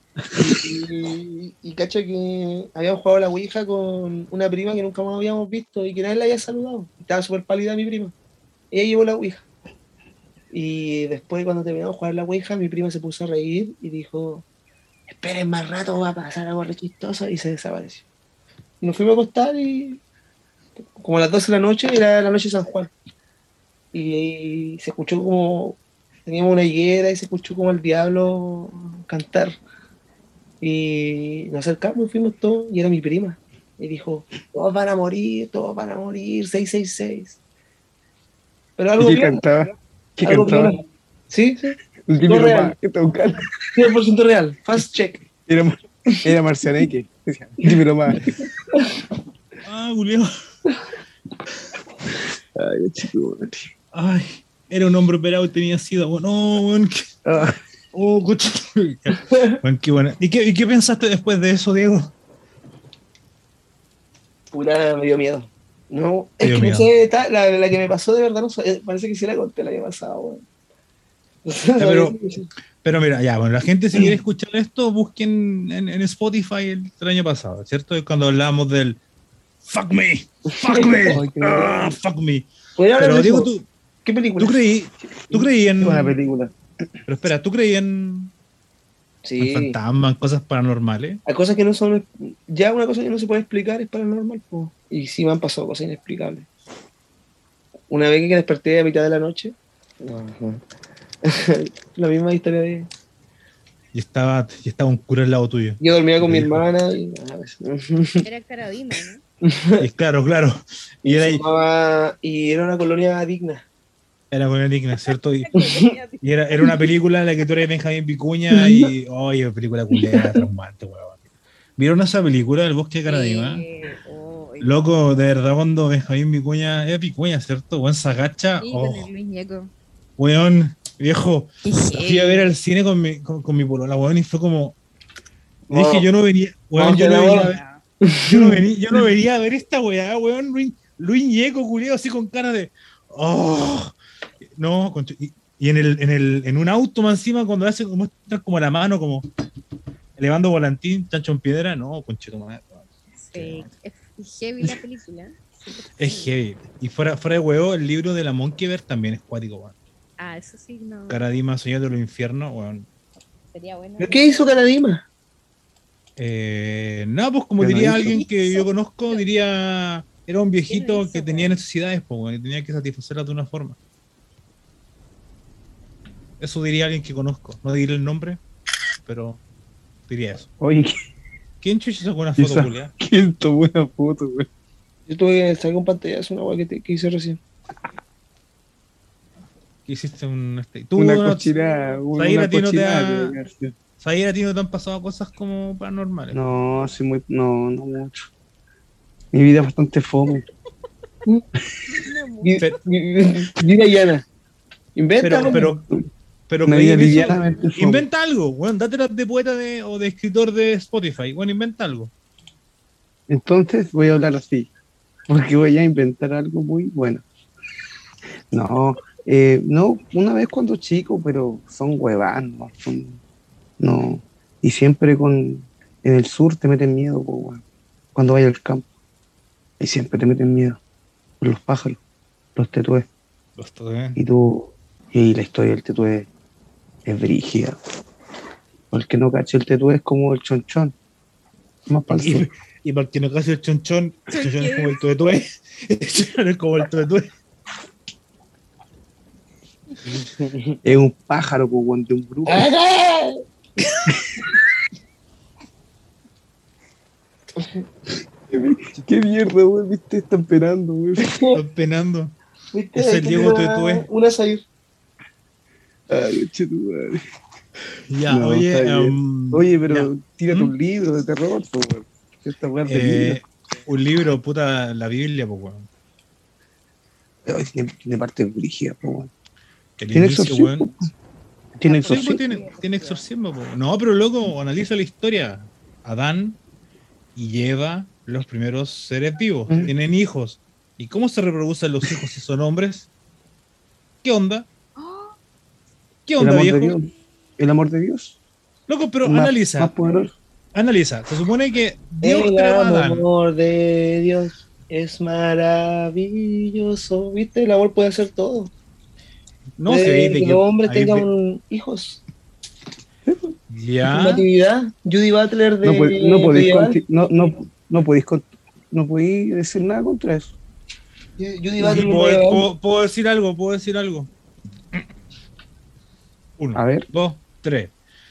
Y cacha que habíamos jugado a la Ouija con una prima que nunca más habíamos visto y que nadie la había saludado. Estaba súper pálida mi prima. Ella llevó la Ouija. Y después, cuando terminamos de jugar la Ouija, mi prima se puso a reír y dijo: esperen más rato, va a pasar algo re chistoso. Y se desapareció. Y nos fuimos a acostar y como a las 12 de la noche, era la noche de San Juan. Y se escuchó como, teníamos una higuera y se escuchó como el diablo cantar. Y nos acercamos y fuimos todos, y era mi prima. Y dijo: todos van a morir, 666. Pero ¿Y algo qué bien, cantaba? ¿Qué algo cantaba? bien. Sí, sí, El todo típico real, que está buscando. 100% real, fast check. Era Marcianeque. Decía, dímelo más. Ah, Julio. Ay, chico, madre. Ay, era un hombre operado y tenía sida. Bueno, no, weón. Ah, Oh, coche. Bueno, qué buena. ¿Y qué pensaste después de eso, Diego? Puta, me dio miedo. No, Te es dio que no miedo. sé, la que me pasó de verdad, no sé, parece que sí la conté el año pasado, weón. Ya, pero mira, ya, bueno, la gente si quiere escuchar esto, busquen en Spotify el año pasado, ¿cierto? Es cuando hablábamos del fuck me, fuck me, ay, qué buena. fuck me. ¿Podría hablar Pero de Diego, eso? ¿Qué película? tú creí Qué buena en, película. pero espera, ¿tú creí en Sí, fantasmas, en cosas paranormales? hay cosas que no son, ya una cosa que no se puede explicar es paranormal, po. Y sí me han pasado cosas inexplicables. Una vez que desperté a mitad de la noche, no. La misma historia de... Y estaba un cura al lado tuyo. Yo dormía Y con te mi dijo, hermana y nada, pues. Era Caradima, ¿no? y claro, y Y era, se llamaba, y era una colonia digna. era con el Ignacio, ¿cierto? Y Colonia era una película en la que tú eres Benjamín Vicuña y, oye, película culiada, traumante, weón. ¿Vieron esa película, El bosque de Caradima? Oh, Loco, de verdad, cuando Benjamín Vicuña, es Vicuña, ¿cierto? Weón, se agacha. Sí, Oh, con el Luis Ñeco. weón, viejo. Qué Fui a ver heavy. al cine con mi polola, weón, y fue como. Y dije, Vamos, yo no venía, weón, vamos yo de no venía a nuevo. ver, yo no venía a ver esta weá, weón, Luis Ñeco, culiao, así con cara de. Oh, no, y en un auto más encima, cuando hace como estar como la mano, como elevando volantín, chancho en piedra, no, conchito madre. Sí, es heavy la película. Súper Es heavy. Y fuera de huevo, el libro de la Monkeyberg también es cuático, weón. Ah, eso sí, no. Caradima, Señor de los Infiernos, weón. Sería bueno. ¿Pero qué hizo Caradima? Nada, pues como ¿Qué no diría hizo? alguien que yo Hizo. conozco, diría, era un viejito hizo, que tenía weón? necesidades, pues, weón, y tenía que satisfacerlas de una forma. Eso diría alguien que conozco. No diré el nombre, pero diría eso. Oye, ¿Quién chucha sacó una foto, esa, Julia? ¿quién tomó una foto, güey? Yo tuve que sacar un pantallazo, una weá que hice recién. ¿Qué hiciste tú, Una no, cochinada, Zaira, una a ti no te cochinada. ha- que hacer. Zaira, a ti no te han pasado cosas como paranormales. No, sí, no, no mucho. Mi vida es bastante fome. No, mu- Pero, Mira, Yana, inventa pero, algo. pero Una vida creí en eso. livianamente fome. Inventa algo, weón. Date las de poeta o de escritor de Spotify. Bueno, inventa algo. Entonces voy a hablar así, porque voy a inventar algo muy bueno. No, no, una vez cuando chico, pero son huevas, no, no. Y siempre en el sur te meten miedo, po, weón. Cuando vayas al campo, y siempre te meten miedo por los pájaros, los tetúes. Y tú, y la historia del tetué es brígida. Porque no caché, el tetué es como el chonchón, más para el sur. Y para el que no casi el chonchón es como el tuetue. El chonchón es como el tuetue. Es un pájaro, po, weón, de un grupo. ¿Qué mierda, weón? ¿Viste? Están esperando, weón. Están penando. ¿Viste? Es el Diego Tetué. Una salir. Ay, che, tu madre. Ya, No, oye. está bien. Oye, pero ya. tírate ¿Mm? un libro de terror, po, weón. Esta weá es de libro. Un libro, puta, la Biblia, pues, weón. Ay, tiene parte brígida, po, weón. El ¿Tiene inicio, exorcismo? weón. ¿Tiene Sí, pues, exorcismo? tiene exorcismo, po. No, pero loco, analiza la historia. Adán y Eva, los primeros seres vivos, ¿Mm? tienen hijos. ¿Y cómo se reproducen los hijos si son hombres? ¿Qué onda? ¿Qué El onda, amor de viejo? Dios. El amor de Dios. Loco, pero Más analiza. poderoso. Analiza. Se supone que Dios El creó a Adán. amor de Dios es maravilloso. ¿Viste? El amor puede hacer todo. No Puede sé, que los hombres tengan hijos. Ya. Natividad. Judy Butler de, No, no podéis medieval. no podéis decir nada contra eso. Judy Butler de ¿Puedo, medieval. puedo decir algo? ¿Puedo decir algo? Uno, A ver. 2, 3.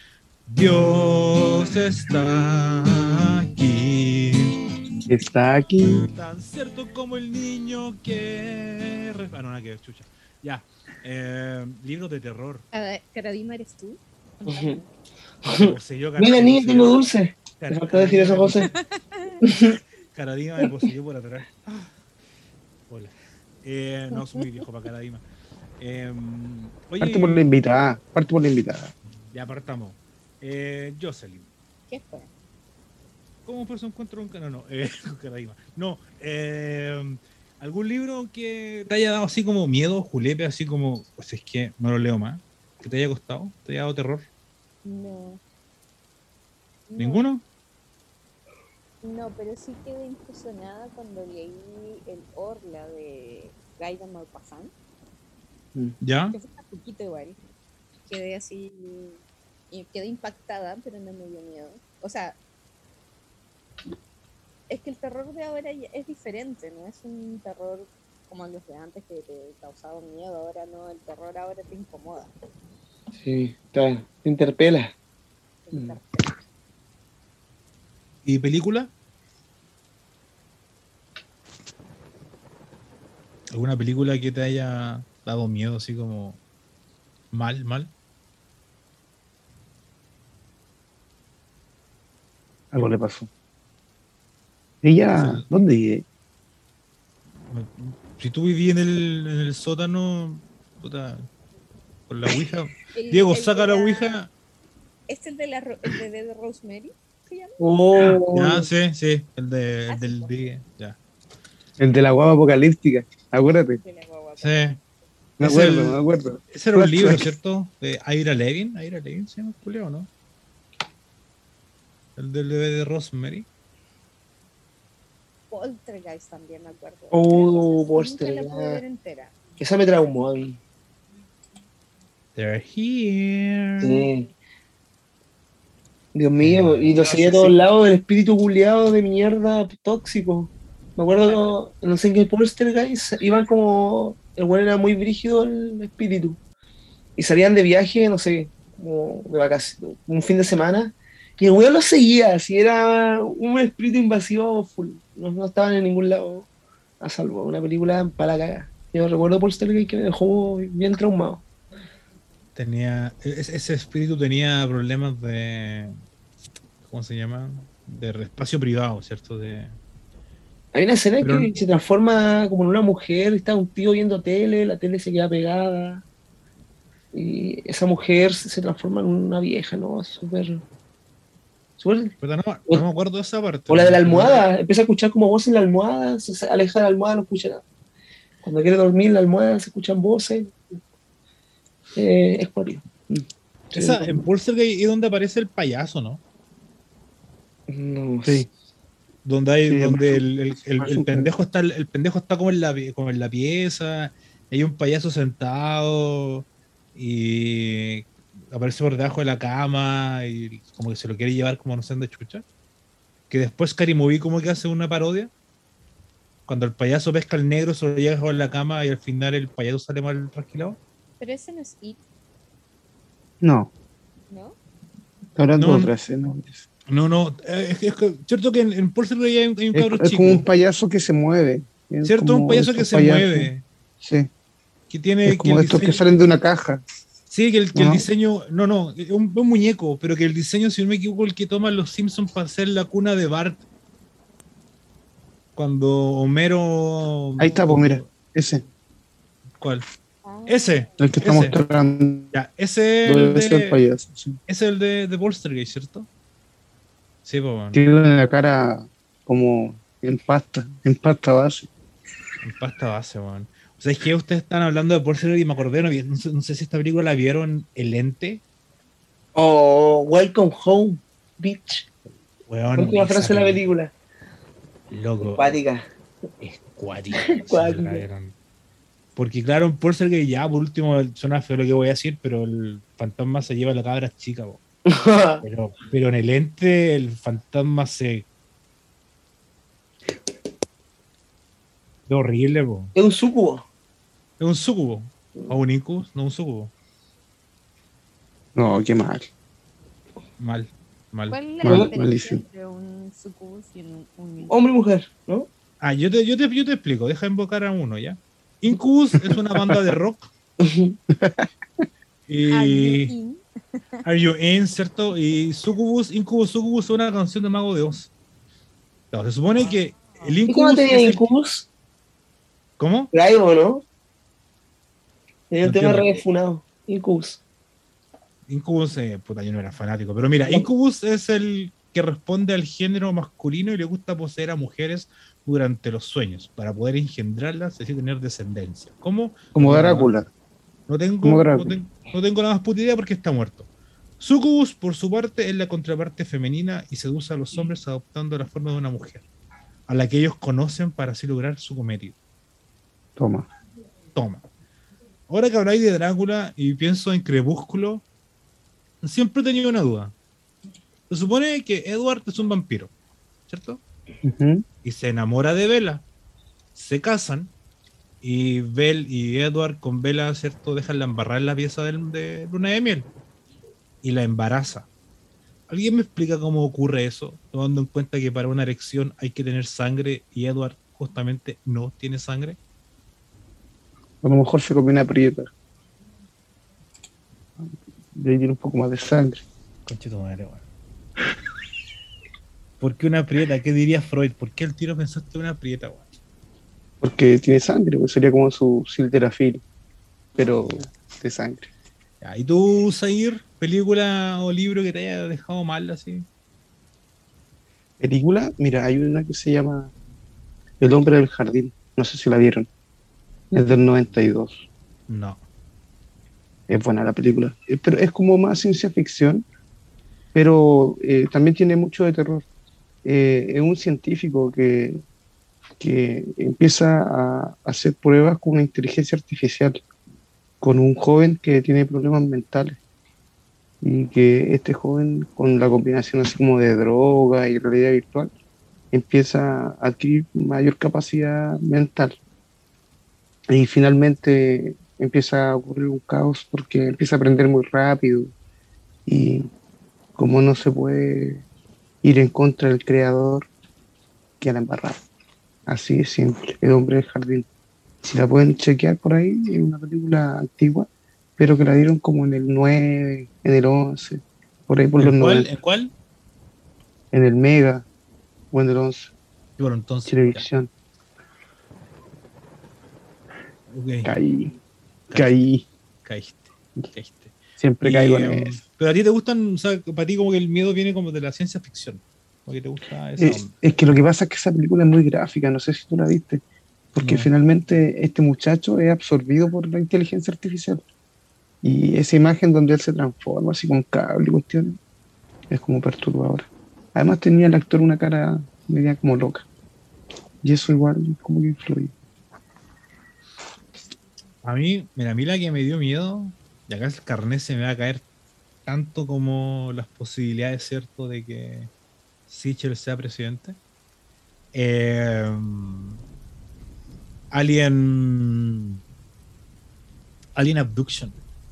Dios está aquí, Está aquí. tan cierto como el niño que... Ah, no, nada que ver, chucha. Ya. Libros de terror. Caradima, ¿eres tú? Ujú. Me poseyó Mira, niña, poseyó- tengo dulce. Cara- Me falta decir eso, José. Caradima me poseyó por atrás. Hola. No, soy muy viejo para Caradima. Parte por la Oye, invitada. Parte por la invitada. ya partamos. Jocelyn. ¿Qué fue? ¿Cómo fue su encuentro con no, con Caradima? No, ¿algún libro que te haya dado así como miedo, julepe, así como, pues es que no lo leo más, que te haya costado, te haya dado terror? No. No, ¿Ninguno? No, pero sí quedé impresionada cuando leí el Orla de Guy de Maupassant, ¿Ya? que fue un poquito igual. Quedé así, y quedé impactada, pero no me dio miedo. O sea, es que el terror de ahora es diferente, no es un terror como los de antes que te causaban miedo, ahora no, el terror ahora te incomoda. Sí, te interpela. te Mm. interpela. ¿Y película? ¿Alguna película que te haya dado miedo así como mal? Algo le pasó. ¿Ella Sí. dónde vive? Si tú vivías en el sótano, puta, con la Ouija. El- Diego, el saca de la la- Ouija. ¿Es el de la el de Rosemary? ¿Se llama? Oh, Ya, sí, el Ah, el sí, del po. día. Ya. El de la guava apocalíptica. Acuérdate. De la guagua. Sí. Me Es acuerdo, el- me acuerdo. Ese era un libro, Flashback. ¿cierto? De Ira Levin. Ira Levin se llama Julio, ¿no? El del bebé de Rosemary. Poltergeist también me acuerdo. Oh, Pero esa sí, nunca la pude Poltergeist. ver entera. esa me traumó a mí. They're here. Sí. Dios mío, y lo No seguía a sé todos si- lados del espíritu culiado de mierda tóxico. Me acuerdo, no sé en qué Poltergeist iban como. El bueno era muy brígido el espíritu. Y salían de viaje, no sé, como de vacaciones, un fin de semana. Y el weón lo seguía, así era un espíritu invasivo full. No, no estaban en ningún lado a salvo. Una película para la caga. Yo recuerdo Poltergeist que me dejó bien traumado. Ese espíritu tenía problemas de. ¿Cómo se llama? De espacio privado, ¿cierto? Hay una escena Pero- que se transforma como en una mujer, está un tío viendo tele, la tele se queda pegada. Y esa mujer se transforma en una vieja, ¿no? Súper. Súper. Pero no me acuerdo de esa parte. O la de la almohada, empieza a escuchar como voces en la almohada, se aleja de la almohada, no escucha nada. Cuando quiere dormir en la almohada se escuchan voces. Es cuático. Esa, en Poltergeist es donde aparece el payaso, ¿no? No Sí. Donde hay, Sí, donde es el pendejo está, el pendejo está como en la pieza, hay un payaso sentado y aparece por debajo de la cama y como que se lo quiere llevar como no sé dónde chucha. Que después Scary Movie como que hace una parodia. Cuando el payaso pesca al negro, se lo lleva debajo de la cama y al final el payaso sale mal trasquilado. Pero ese no es It, No, ¿no? está hablando No, de otra escena. No, es que, cierto que en Poltergeist hay un cabro Es chico, como un payaso que se mueve. Es ¿cierto? como Un payaso estos que se payasos. mueve, Sí. que tiene Es como el estos que diseño- salen de una caja. Sí, que el ¿No? diseño, no, es un muñeco, pero que el diseño, si no me equivoco, el que toman los Simpsons para hacer la cuna de Bart. Cuando Homero. Ahí está, pues mira, ese, ¿Cuál? Ah, Ese. el que está Ese. mostrando. Ya, ese es Debe ser el payaso. Sí. ese es el de Poltergeist, ¿cierto? Sí, pues bueno, Tiene la cara como en pasta base. en pasta base, weón. O sea, es que ustedes están hablando de Poltergeist y me acordé, no sé si esta película la vieron, El Ente. Oh, Welcome Home, bitch. Weón, Última esa frase de la película. Loco. Empática. Es cuático. Cuático. Sí, la vieron. Porque claro, en Poltergeist ya, por último, suena feo lo que voy a decir, pero el fantasma se lleva a la cabra chica, po. Pero en el ente el fantasma se... Es horrible, po. Es un sucubo. Es un sucubo. O un incubus, no un sucubo. No, qué mal. Mal. ¿Cuál es la Mal, diferencia malísimo. entre un sucubus y un Hombre y mujer, ¿no? Ah, yo te explico, deja invocar a uno, ¿ya? Incubus es una banda de rock. Y... Are you in? Are You In, ¿cierto? Y Incubus, Succubus es una canción de Mago de Oz. No, se supone que el ¿Y Incubus cómo tenía es el- Incubus? ¿Cómo? Traigo, ¿no? Tenía No un tema entiendo. refunado. Incubus. Incubus, puta, yo no era fanático, pero mira, Incubus es el que responde al género masculino y le gusta poseer a mujeres durante los sueños. Para poder engendrarlas, es decir, tener descendencia. ¿Cómo? Como No, Drácula. No tengo, Como no, Drácula. no tengo la más puta idea porque está muerto. Succubus, por su parte, es la contraparte femenina y seduce a los hombres adoptando la forma de una mujer, a la que ellos conocen para así lograr su cometido. Toma. Toma. Ahora que habláis de Drácula y pienso en Crepúsculo, siempre he tenido una duda. Se supone que Edward es un vampiro, ¿cierto? Ujú. Y se enamora de Bella. Se casan y Bell y Edward con Bella, ¿cierto? Dejan la embarrar en la pieza de luna de miel y la embaraza. ¿Alguien me explica cómo ocurre eso? Tomando en cuenta que para una erección hay que tener sangre y Edward justamente no tiene sangre. A lo mejor se comió una prieta. De ahí tiene un poco más de sangre. Conchito madre, weón. ¿Por qué una prieta? ¿Qué diría Freud? ¿Por qué el tiro pensaste en una prieta, weón? porque tiene sangre, pues sería como su sildenafil, pero de sangre. Ya, ¿y tú, Zair, película o libro que te haya dejado mal así? Película, mira, hay una que se llama El hombre del jardín, no sé si la vieron, es del 92. No. Es buena la película. Pero es como más ciencia ficción, pero también tiene mucho de terror. Es un científico que empieza a hacer pruebas con una inteligencia artificial, con un joven que tiene problemas mentales. Y que este joven, con la combinación así como de droga y realidad virtual, empieza a adquirir mayor capacidad mental. Y finalmente empieza a ocurrir un caos porque empieza a aprender muy rápido y como no se puede ir en contra del creador, queda la embarrada. Así es simple, El hombre del jardín. Si la pueden chequear por ahí, es una película antigua, pero que la dieron como en el 9 en el 11 por ahí por los ¿En cuál? 90 ¿En cuál? en el Mega o en el 11 Y bueno, entonces, ya. televisión. Ok, Caí, caíste, caí, caíste, caíste. siempre caigo en eso. Pero a ti te gustan, o sea, para ti como que el miedo viene como de la ciencia ficción. Porque te gusta esa onda. Es que lo que pasa es que esa película es muy gráfica, no sé si tú la viste, porque No. finalmente este muchacho es absorbido por la inteligencia artificial. Y esa imagen donde él se transforma así con cable y cuestiones, es como perturbadora. Además tenía el actor una cara media como loca. Y eso igual como que influye. A mí, mira, a mí la que me dio miedo, y acá el carnet se me va a caer tanto como las posibilidades, ¿cierto?, de que Sichel sea presidente. Eh, Alien. Alien Abduction.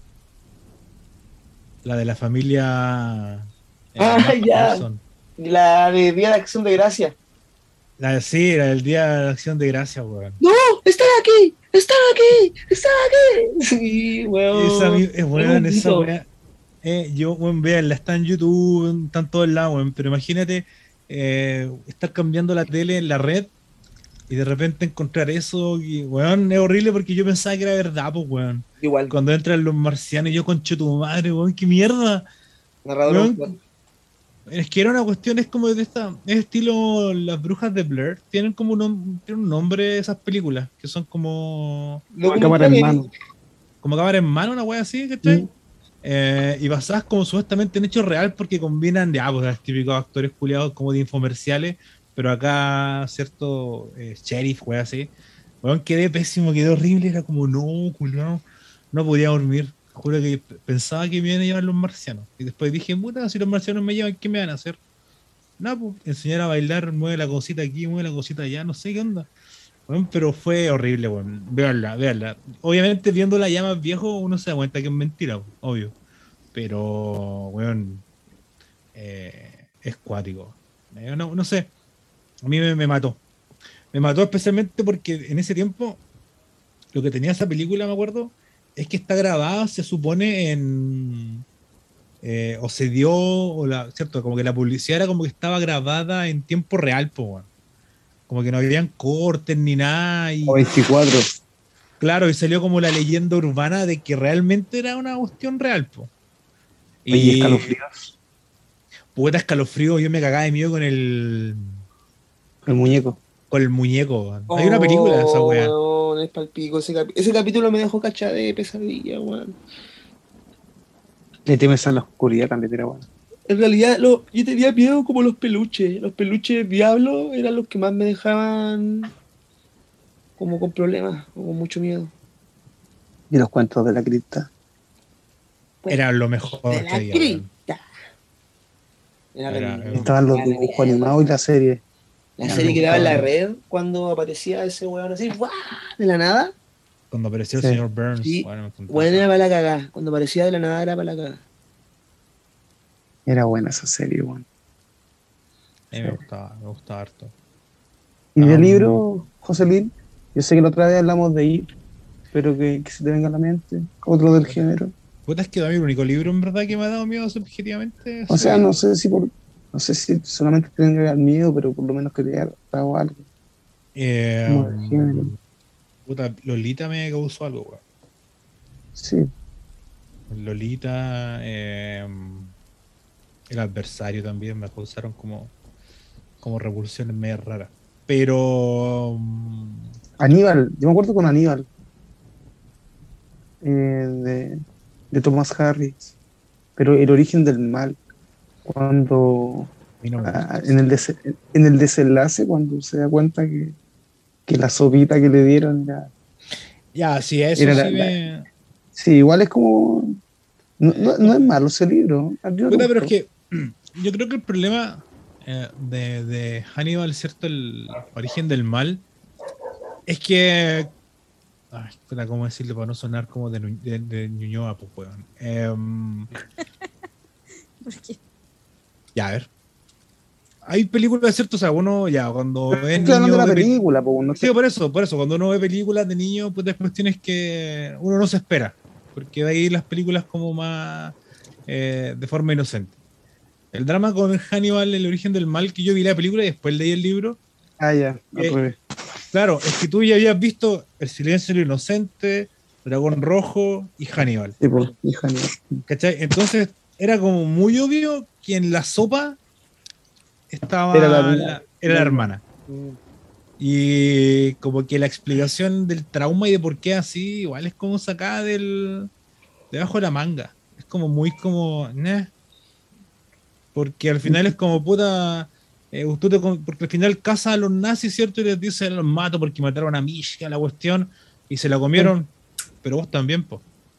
La de la familia Ya. Manson. La de Día de Acción de Gracia. Sí, la del Día de Acción de Gracias, weón. ¡No! ¡Están aquí! ¡Están aquí! ¡Están aquí! Sí, Esa weón. es buena en esa Bonito. weá. Yo, weón, veanla, está en YouTube, está en todos lados, weón. Pero imagínate estar cambiando la tele en la red y de repente encontrar eso, y, weón, es horrible porque yo pensaba que era verdad, pues, weón. Igual, Cuando entran los marcianos, y yo, conche tu madre, weón, qué mierda. narrador Weón, autor. es que era una cuestión, es como de esta, es estilo Las Brujas de Blair, tienen como tienen un nombre esas películas, que son como Cámara en Documentales. mano. cámara en mano, una wea así, ¿cachai? Y basadas como supuestamente en hechos real porque combinan de pues, los típicos actores culiados como de infomerciales, pero acá cierto sheriff, wea así. Weón, quedé pésimo, quedé horrible, era como no, culiado, no podía dormir. Juro que pensaba que me iban a llevar los marcianos. Y después dije, puta, si los marcianos me llevan, ¿qué me van a hacer? Nada, pues, enseñar a bailar, mueve la cosita aquí, mueve la cosita allá, no sé qué onda. Bueno, pero fue horrible, weón. Véanla, véanla. Obviamente, viéndola ya más viejo, uno se da cuenta que es mentira, obvio. Pero, weón, es cuático. No sé, a mí me mató. Me mató especialmente porque en ese tiempo, lo que tenía esa película, me acuerdo, es que está grabada, se supone, o se dio, ¿cierto? Como que la publicidad era como que estaba grabada en tiempo real, pues, weón. Como que no habían cortes ni nada. O Y 24. claro, y salió como la leyenda urbana de que realmente era una cuestión real, po. Oye, Y escalofríos. puta escalofrío, yo me cagaba de miedo El muñeco. con el muñeco, weón. Hay una película de esa wea. Weón, es palpico. Ese capítulo me dejó cachada de pesadilla, weón. Le temes a la oscuridad también era bueno. En realidad, yo tenía miedo como los peluches. Los peluches diablo eran los que más me dejaban como con problemas, o con mucho miedo. Y los cuentos de la cripta. Era lo De mejor la que había, weón. cripta. Era Era- re lindo. Estaban los dibujos animados y la serie. La me serie que daba en la gustaba. red cuando aparecía ese weón así, ¡guau! De la nada. Cuando apareció Sí. el señor Burns, Sí. bueno, me encantaba. Bueno, era para la cagada. Cuando aparecía de la nada era para la cagada. Era buena esa serie, bueno. A mí me gustaba harto. Y de Um, libro, José Luis, yo sé que la otra vez hablamos de ir, pero que se te venga a la mente, otro del género. Puta, es que a mí el único libro en verdad que me ha dado miedo subjetivamente. O sea, sí. no sé si solamente te tenga el miedo, pero por lo menos que te haya dado algo. Como de género. Puta, Lolita me causó algo, weón. Sí. Lolita, el adversario también me causaron como repulsiones medio raras. Pero Aníbal, yo me acuerdo con Aníbal, de Thomas Harris, pero el origen del mal, cuando a mí no me gusta. en el desenlace, cuando se da cuenta que la sopita que le dieron Ya, sí, eso era sí me. sí, igual es como, no es malo ese libro, a mí me Puta, pero es gustó. que yo creo que el problema de Hannibal, ¿cierto? El origen del mal, es que. Ay, puta, ¿cómo decirlo para no sonar como de Ñuñoa, pues, weón? Porque Ya, a ver. Hay películas, ¿cierto? O sea, uno ya cuando es Estoy hablando niño de la ve película, pues, no sí, sé. por eso, cuando uno ve películas de niño, pues hay cuestiones que uno no se espera, porque de ahí las películas como más de forma inocente. El drama con Hannibal, el origen del mal, que yo vi la película y después leí el libro, Ah, ya, al eh, revés. claro, es que tú ya habías visto El silencio de lo inocente, Dragón Rojo y Hannibal, Sí, pues, hija mía. ¿cachai? Entonces era como muy obvio que en la sopa Era estaba era la hermana. Y como que la explicación del trauma y de por qué así, igual es como sacada debajo de la manga. Es como muy como, "Nah", porque al final es como puta, porque al final caza a los nazis, ¿cierto? Y les dice, los mato porque mataron a Mishka, la cuestión, y se la comieron, pero vos también, po.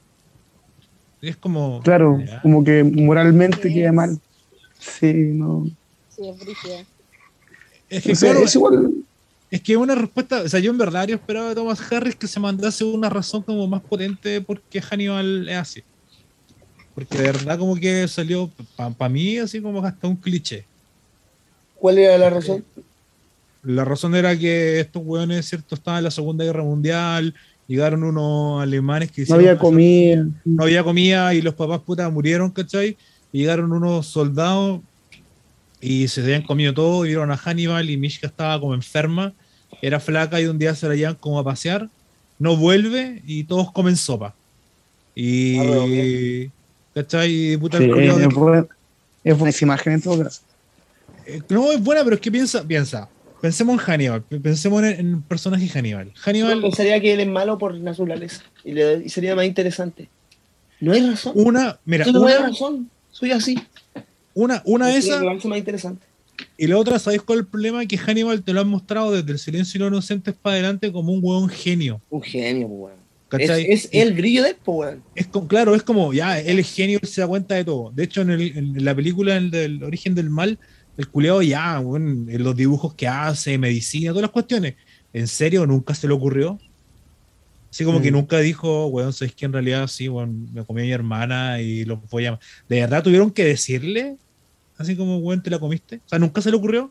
Y es como, Claro, ya. como que moralmente queda es, mal. Sí, no. sí, es brígida. Es O que sea, claro, es igual. es que una respuesta, o sea, yo en verdad yo esperaba de Thomas Harris que se mandase una razón como más potente porque Hannibal es así. Porque de verdad como que salió para mí así como hasta un cliché. ¿Cuál era la razón? La razón era que estos hueones, ¿cierto? Estaban en la Segunda Guerra Mundial, llegaron unos alemanes que No hicieron había pasar, comida. no había comida y los papás putas murieron, ¿cachai? Y llegaron unos soldados y se habían comido todo y vieron a Hannibal y Mishka estaba como enferma, era flaca y un día se la llevan como a pasear, no vuelve y todos comen sopa. Ah, pero bien. Y... ¿Cachai? Y puta Sí, el culiao de es buena esa imagen en todo caso. no es buena, pero es que piensa. Pensemos en Hannibal, pensemos en el personaje Hannibal. Uno Hannibal, pensaría que él es malo por naturaleza y sería más interesante. No hay razón. mira, Tú no hay razón. Soy así. una Sería esa, más interesante. y la otra, ¿sabéis cuál es el problema? Que Hannibal te lo han mostrado desde el silencio y los inocentes para adelante como un hueón genio. Un genio, pues, weón. ¿Cachai? Es el brillo de él, pues, weón. Claro, es como, ya, él es genio, él se da cuenta de todo. De hecho, en la película del origen del mal, el culeado ya, bueno, en los dibujos que hace, medicina, todas las cuestiones. ¿En serio nunca se le ocurrió? Así como que nunca dijo, weón, sabes que en realidad sí, weón, me comí a mi hermana y lo voy a... ¿De verdad tuvieron que decirle? Así como, weón, ¿te la comiste? O sea, ¿nunca se le ocurrió?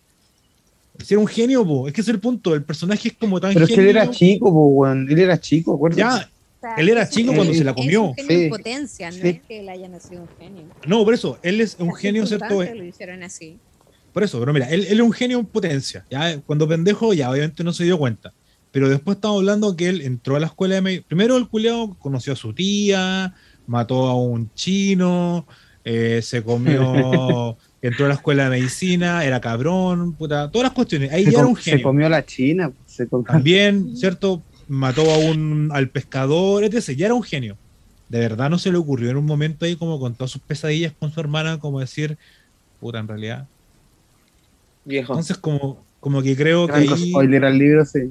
Si era un genio, po. Es que ese es el punto. El personaje es como tan Pero es que él era genio. chico, po, weón. Él era chico, acuérdate. Ya, O sea, él era es un chico genio- cuando se la Es comió. un genio Sí, en potencia, no sí. es que él haya nacido un genio. No, por eso, él es un Las genio, ¿cierto? circunstancias lo hicieron así. Por eso, pero mira, él es un genio en potencia. Ya, cuando pendejo, ya obviamente no se dio cuenta. Pero después estamos hablando que él entró a la escuela de medicina. Primero el culeado conoció a su tía, mató a un chino, se comió, entró a la escuela de medicina, era cabrón, puta, todas las cuestiones. Ahí ya era un Se genio. comió a la China. Se comió. También, ¿cierto? Mató al pescador, etc. Ya era un genio. De verdad no se le ocurrió en un momento ahí como con todas sus pesadillas con su hermana, como decir, puta, en realidad. Viejo. Entonces como que creo que Tanto ahí... spoiler al libro, sí.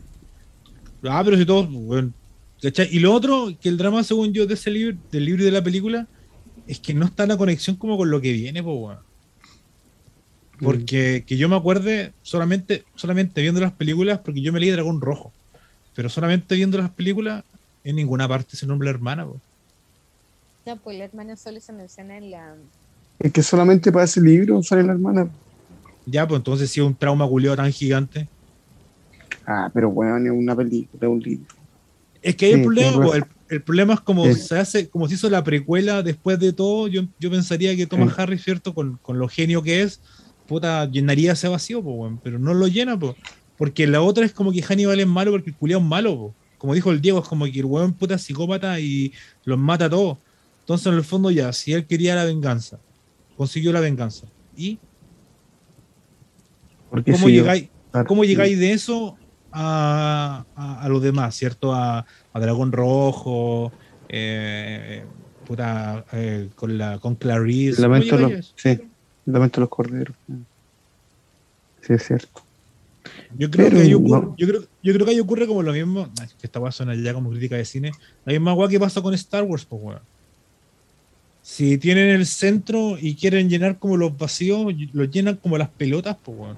Ah, pero si todos, bueno, ¿cachai? Y lo otro, que el drama, según yo, de ese libro, del libro y de la película, es que no está la conexión como con lo que viene, pues, weón. Porque que yo me acuerde solamente viendo las películas, porque yo me leí Dragón Rojo, pero solamente viendo las películas, en ninguna parte se nombra la hermana, pues. No, pues la hermana solo se menciona en la... Es que solamente para ese libro sale la hermana. Ya, pues entonces sí es un trauma culiado tan gigante. Ah, pero weón, es una película, es un libro. Es que hay Sí, un problema, tiene pues, el problema es como Sí. se hace, como se hizo la precuela después de todo, yo pensaría que Thomas Sí. Harris, ¿cierto? Con lo genio que es, puta, llenaría ese vacío, pues, weón, pero no lo llena, pues. Porque la otra es como que Hannibal es malo porque el culiao es malo, po. Como dijo el Diego, es como que el weón puta es psicópata y los mata a todos. Entonces, en el fondo, ya, si él quería la venganza, consiguió la venganza. ¿Y Porque cómo si yo. llegáis, cómo llegáis de eso a los demás, ¿cierto? A Dragón Rojo, eh, puta, con El Clarice. ¿Cómo lamento de llegáis los. a eso? Sí, el lamento de los corderos. Sí, es cierto. Yo creo Pero que ahí ocurre, no. yo creo que ahí ocurre como lo mismo. Ay, que esta weá suena ya como crítica de cine. La misma weá que pasa con Star Wars, pues weón. Si tienen el centro y quieren llenar como los vacíos, los llenan como las pelotas, pues weón.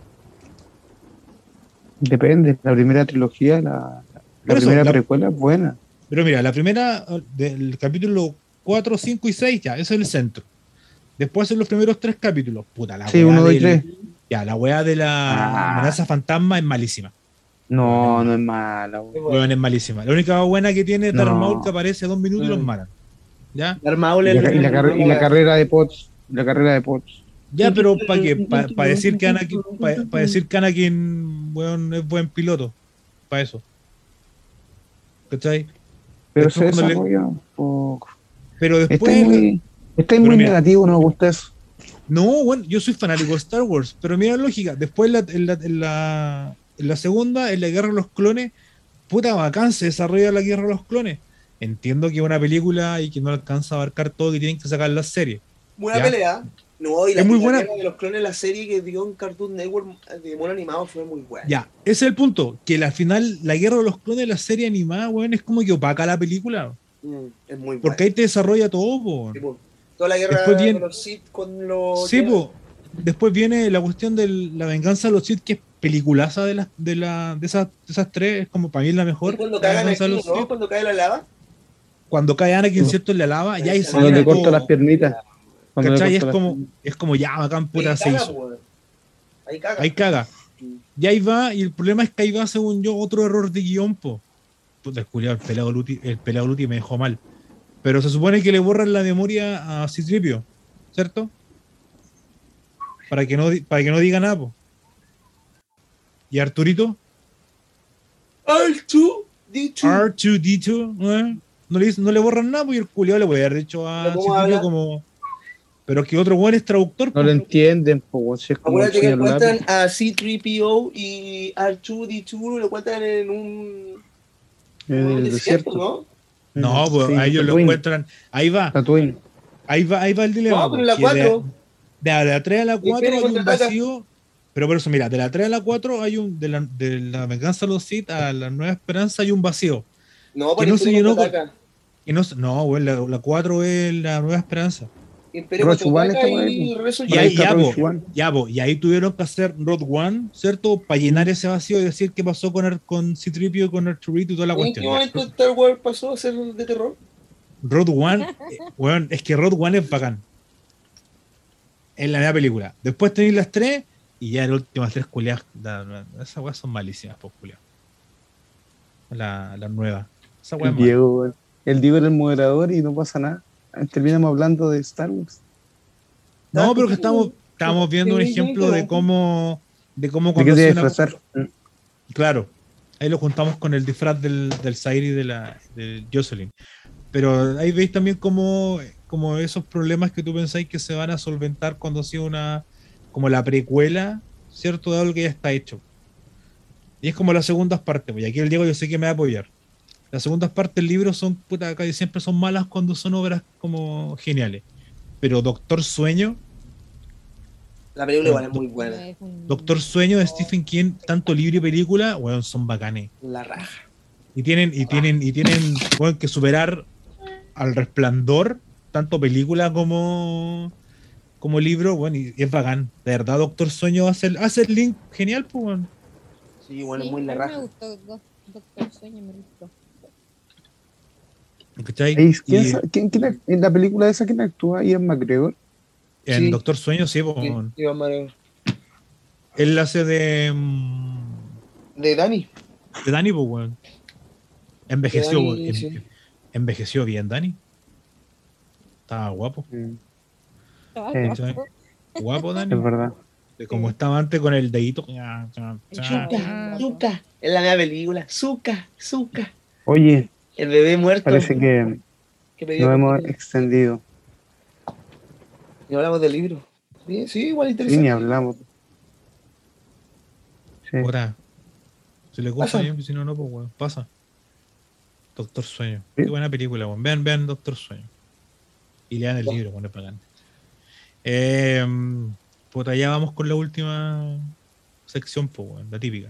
Depende. La primera trilogía, la Por eso, primera precuela es buena. pero mira, la primera del capítulo 4, 5 y 6, ya, ese es el centro. Después en los primeros 3 capítulos, puta, la Sí, weá 1, 2 y del. 3. Ya, la weá de la Ah, amenaza fantasma es malísima. Weón, no, no es mala. Qué Weón. bueno. weón, es malísima. La única buena que tiene es Darth Maul que No. aparece 2 minutos y los Mm. matan. ¿Ya? Darth Maul Y es la, y la carre- y la carrera de Potts. La carrera de Potts. Ya, pero ¿para qué? Para decir que Anakin, para decir que Anakin, weón, es buen piloto. Para eso. ¿Cachai? Pero Después se cuando le. desarrolla un poco. Pero Está después. muy, está Pero muy mira, negativo, no me gusta eso. no, bueno, yo soy fanático de Star Wars, pero mira la lógica. Después en la segunda, en la Guerra de los Clones, puta bacán, se desarrolla la Guerra de los Clones. Entiendo que es una película y que no alcanza a abarcar todo, que tienen que sacar la serie. Buena ¿Ya? pelea. No, y Es muy la buena. guerra de los clones, la serie que dio en Cartoon Network de mono animado fue muy buena. Ya, ese es el punto. Que al final, la Guerra de los Clones, la serie animada, weón, es como que opaca la película. Es muy buena. Porque ahí te desarrolla todo, po. Sí, po. Toda la Después guerra viene. de los Sith con los Sí, Jedi. po. Después viene la cuestión de la venganza de los Sith, que es peliculaza de esas tres. Es como para mí la Y mejor. cuando La cagan venganza de aquí, los ¿no? Sith. Cuando cae la lava. Cuando cae Anakin, Sí. ¿cierto? En la lava, ya ahí se Cuando llena le corto las todo. piernitas. Cuando le ¿Cachai? corto las piernitas. Es como ya, bacán, puta, Ahí se caga, hizo. po. Ahí caga. Ahí caga. Y ahí va, y el problema es que ahí va, según yo, otro error de guión, po. Puta, el pelado Luti me dejó mal. Pero se supone que le borran la memoria a Citripio, ¿cierto? Para que no diga nada, po. ¿Y Arturito? R2D2. R2D2, ¿eh? No le borran nada, pues, y el culiao le puede haber dicho a ¿Pero cómo Citripio habla? como. Pero que otro weón es traductor, No po. lo entienden, po, si es como el Acuérdate que señor encuentran lápiz. a C-3PO y R2D2 lo encuentran en un En el desierto, desierto. ¿no? No, pues Sí, a ellos lo Tatooine. encuentran. Ahí va Tatooine. el dilema. No, pero en po, la que 4. de la 3 a la 4 Imperio hay un contraataca. vacío. Pero por eso, mira, de la 3 a la 4 hay un. De la venganza de los Sith a la Nueva Esperanza hay un vacío. No, Que por no se Imperio llenó con. contraataca. No, güey, la 4 es la Nueva Esperanza. Imperio Rogue One contraataca está por ahí, y po. Regreso al Y Por ahí, ahí está ya, Rogue po, One. y ahí tuvieron que hacer Road One, ¿cierto? Para llenar ese vacío y decir qué pasó con Citripio, con Arturito y toda la ¿En qué cuestión. Ya. momento Star Wars pasó a ser de terror? Road One, weón, es que Road One es bacán. En la nueva película. Después tenéis las 3 y ya las últimas 3 culiadas. Esas weas son malísimas, pues, culiadas. La nueva. Esa wea es El mala. Diego, weón. El Diego era el moderador y no pasa nada. Terminamos hablando de Star Wars. No, pero que estamos viendo un ejemplo de cómo ¿De qué cuando te hacía iba a una. disfrazar? Claro. Ahí lo juntamos con el disfraz del Zaire y del Jocelyn. Pero ahí veis también como esos problemas que tú pensáis que se van a solventar cuando sea como la precuela, ¿cierto? De algo que ya está hecho. Y es como las segundas partes, pues, y aquí el Diego yo sé que me va a apoyar. Las segundas partes del libro son, puta, casi siempre son malas cuando son obras como geniales. Pero Doctor Sueño, La película igual es muy buena. Es un- Doctor Sueño de Stephen King, tanto libro y película, weón, son bacanes. La raja. Y tienen, weón, que superar al Resplandor, tanto película como libro, bueno, y es bacán. De verdad, Doctor Sueño hace el link genial, pues, weón. Sí, bueno, Sí, es muy la a mí me raja. gustó Doctor Sueño, me gustó. ¿Cachai? Ey, Y en la película esa quién actúa? Ian McGregor. en Sí. Doctor Sueño, sí, pues, Sí, weón. Iván Mareo. Él hace de De Dani. Dani, pues, weón. Envejeció, De weón. Dani, sí. Envejeció bien, Dani. Estaba guapo. Estaba Sí. ¿Cachai? Guapo, Es Dani. verdad. De como estaba antes con el dedito. Zuka, Zuka. Es la nueva película. Zuka, Zuka. Oye, El bebé muerto. parece que que pidió nos hemos que- extendido. Y hablamos del libro. Sí, sí, igual Sí, interesante. ni hablamos. Sí. Ahora, si le gusta Pasa. bien, si no, no, pues weón, pasa. Doctor Sueño. Sí. Qué buena película, weón. Vean Doctor Sueño. Y lean el libro, cuando es bacán. Puta, ya vamos con la última sección, pues, weón, la típica.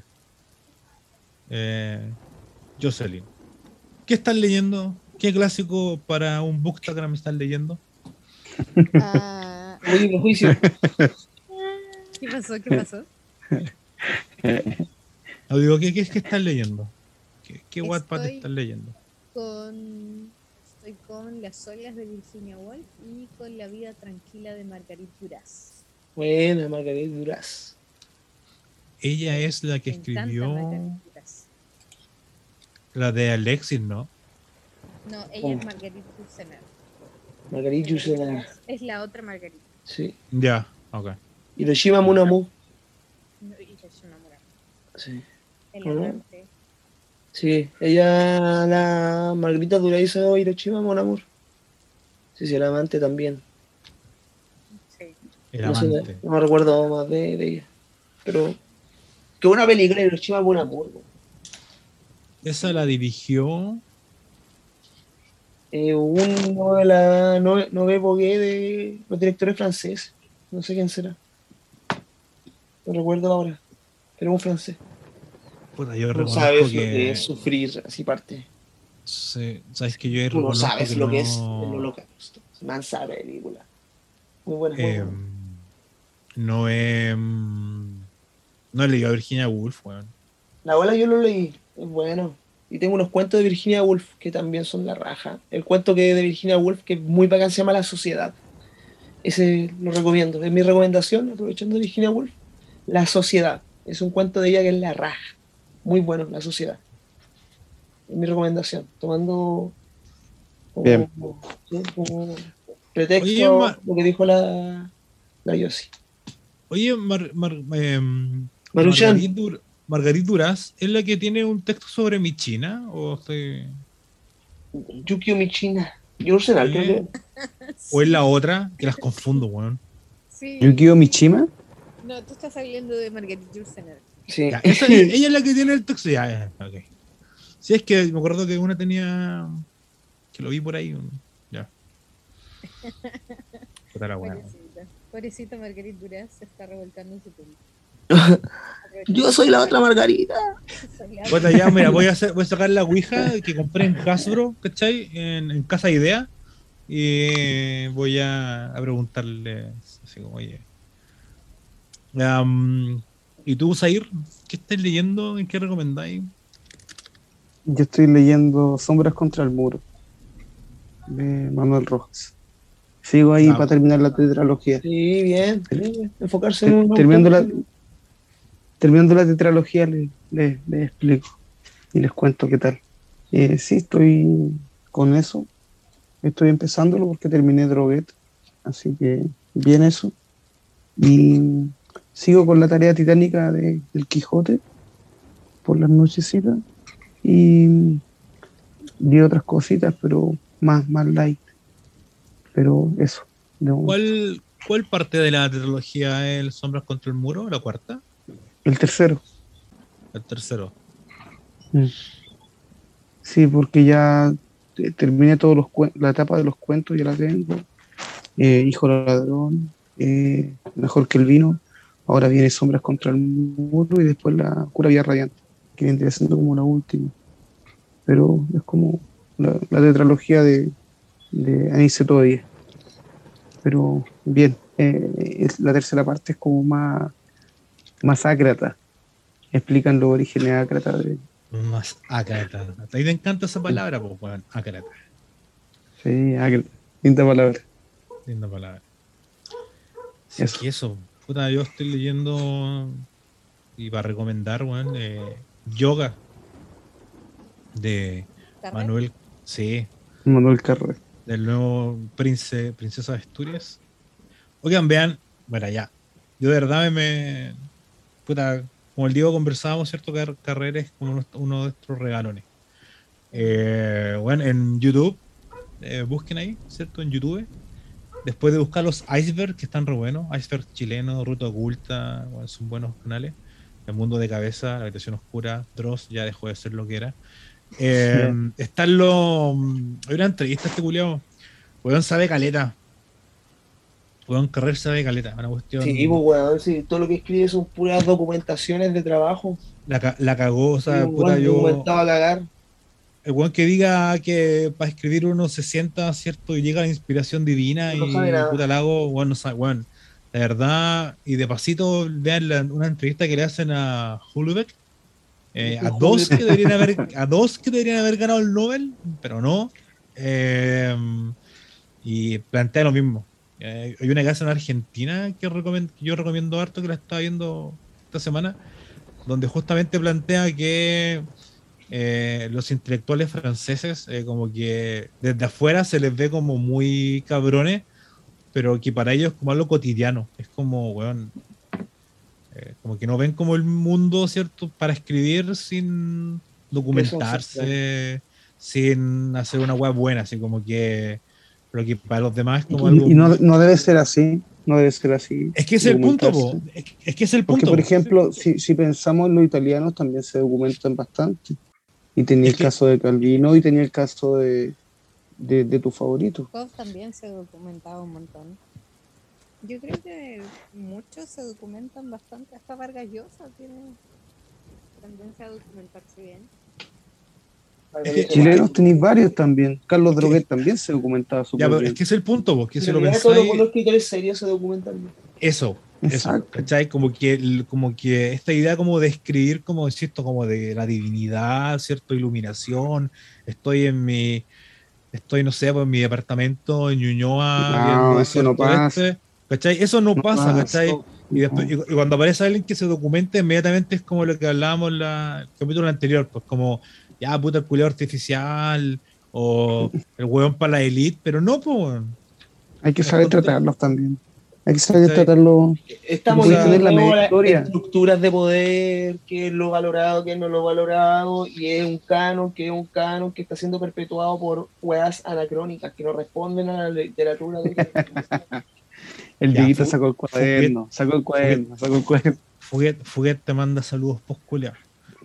Jocelyn. ¿Qué están leyendo? ¿Qué clásico para un Bookstagram están leyendo? Ah, Muy prejuicio. ¿qué pasó? ¿Qué pasó? No, digo, ¿qué están leyendo? ¿Qué Wattpad Estoy- están leyendo? Estoy con Las olas de Virginia Woolf y con La vida tranquila de Marguerite Duras. Buena, Margarita Duras. Ella es la que Me encanta escribió Marguerite Duras. la de Alexis, ¿no? No, ella ¿Cómo? es Marguerite Yourcenar. Margarita Duras. Es la otra Marguerite. Sí. Ya, ok. Hiroshima Munamu. No, y es una mujer. Sí. El Ah. amante. Sí, ella, la Margarita Duras hizo Hiroshima Mon Sí, sí, el amante también. Sí. El No, sé, amante. no me recuerdo más de ella. Pero qué buena película, Hiroshima Mon Amour. Esa la dirigió. Uno de la Nové Bogué de los directores franceses. No sé quién será. No recuerdo ahora. Pero un francés. Puta, yo No reconozco sabes lo que que. es sufrir así parte. Sí, sabes que yo Tú no reconozco sabes que lo no. que es el holocausto. Mansa película. Muy buena. Muy buena. No he. No he leído a Virginia Woolf, weón. La abuela yo lo leí, es bueno. Y tengo unos cuentos de Virginia Woolf que también son la raja. El cuento que de Virginia Woolf, que es muy bacán, se llama La Sociedad. Ese lo recomiendo. Es mi recomendación, aprovechando de Virginia Woolf. La Sociedad. Es un cuento de ella que es la raja. Muy bueno, La Sociedad. Es mi recomendación. Tomando Bien. sí, como pretexto Oye, lo que dijo la Yossi. Oye, Maruchan. Margarita Duras, ¿es la que tiene un texto sobre mi China? ¿O estoy.? Yukio Michina. Yourcenar, creo que. ¿O es la otra? Que las confundo, weón. Sí. Yukio Mishima. No, tú estás hablando de Marguerite Yourcenar. Sí. Ya, ella es la que tiene el texto. Ya, ok. Sí, es que me acuerdo que una tenía. Que lo vi por ahí. Ya. Puta la weá. Pobrecita. Pobrecita Marguerite Duras se está revolcando en su tumba. Yo soy la otra Margarita. Puta, ya, mira, voy a sacar la Ouija que compré en Hasbro, ¿cachai? En Casa Idea. Y voy a preguntarle así como, oye. ¿Y tú, Zair? ¿Qué estás leyendo? ¿En qué recomendáis? Yo estoy leyendo Sombras contra el muro de Manuel Rojas. Sigo ahí Ah. para terminar la tetralogía. Sí, bien. Sí, enfocarse en un Terminando autor. la tetralogía les explico y les cuento qué tal. Sí, estoy con eso. Estoy empezándolo porque terminé Droguet. Así que bien eso. Y sigo con la tarea titánica del Quijote por las nochecitas. Y otras cositas, pero más light. Pero eso. de momento. ¿Cuál parte de la trilogía es el Sombras contra el Muro? ¿La cuarta? El tercero. ¿El tercero? Sí, porque ya terminé todos la etapa de los cuentos, ya la tengo. Hijo ladrón, mejor que el vino. Ahora viene Sombras contra el muro y después la Cura Vía Radiante, que vendría siendo como la última. Pero es como la tetralogía de Aniceto 10. Pero bien, la tercera parte es como más ácrata. Explican los orígenes ácrata de. Más ácrata. A ti te encanta esa palabra, pues, weón. Ácrata. Sí, ácrata. Linda palabra. Linda palabra. Sí, Eso. que eso. Puta, yo estoy leyendo y para recomendar, weón, Yoga de ¿Carrera? Manuel, sí, Manuel Carrera. del nuevo princesa de Asturias. Oigan, vean, bueno, ya. Yo de verdad puta, como el Diego conversábamos, ¿cierto? Carrera es uno de nuestros regalones. Bueno, en YouTube, busquen ahí, ¿cierto? En YouTube. Después de buscar los Iceberg, que están re buenos, Iceberg chileno, Ruta Oculta, bueno, son buenos canales. El Mundo de Cabeza, La Habitación Oscura, Dross ya dejó de ser lo que era. Están los. Hay una entrevista a este culiao. Weón sabe caleta. Weón Carrer sabe caleta. Una Sí, pues cuestión. weón, sí, todo lo que escribe son puras documentaciones de trabajo. La cagó, o Y sea, un puta, weón yo. documentado a cagar. El weón que diga que para escribir uno se sienta, ¿cierto? Y llega la inspiración divina No sabe y puta nada. la hago, weón, no sabe, weón. La verdad, y de pasito, vean una entrevista que le hacen a Hulubeck, a dos que deberían haber ganado el Nobel, pero no. Eh, y plantea lo mismo. Hay una casa en Argentina que yo recomiendo harto, que la estaba viendo esta semana, donde justamente plantea que los intelectuales franceses, como que desde afuera se les ve como muy cabrones, pero que para ellos es como algo cotidiano. Es como, weón, como que no ven como el mundo, ¿cierto? Para escribir sin Eso sí, claro. documentarse, sin hacer una web buena, así como que, pero que para los demás es como algo. Y no, no debe ser así, no debe ser así, Es que es el punto, po. documentarse. Es que es el Porque, punto, por po. ejemplo, si pensamos en los italianos, también se documentan bastante. Y tenía Es el que, caso de Calvino y tenía el caso de tu favorito. Todos también se documentaba un montón. Yo creo que muchos se documentan bastante. Hasta Vargas Llosa tiene tendencia a documentarse bien. es que, es que, Chilenos tenéis varios también. Carlos es que, Droguet también se documentaba ya, súper pero es bien. que es el punto, po, que En si lo realidad todos los pensáis, buenos escritores serios se documentan bien. eso, Exacto. ¿cachai? Como que esta idea como de escribir, como insisto, como de la divinidad, ¿cierto? Iluminación, estoy en mi, estoy, no sé, pues, en mi departamento en Ñuñoa No, viendo, eso no ¿cierto? pasa. ¿Cachai? Eso no No pasa, pasa. ¿cachai? Y después, No. y cuando aparece alguien que se documente, inmediatamente es como lo que hablábamos en el capítulo anterior, pues como, ya, puta, el culiao artificial, o el hueón para la elite, pero no, pues, weón. Hay que Es saber contra- tratarlos también. Hay que saber ¿cachai? tratarlo. No Estamos O podéis yendo sea, de tener la nuevo media a las historia. estructuras de poder, qué es lo valorado, qué no lo valorado, y es un canon, que es un canon que está siendo perpetuado por weas anacrónicas que no responden a la literatura de hoy en día. El ya, Dieguito sacó el Fuguet, cuaderno, sacó el Fuguet, cuaderno, sacó el cuaderno. Fuguet te manda saludos post culiao.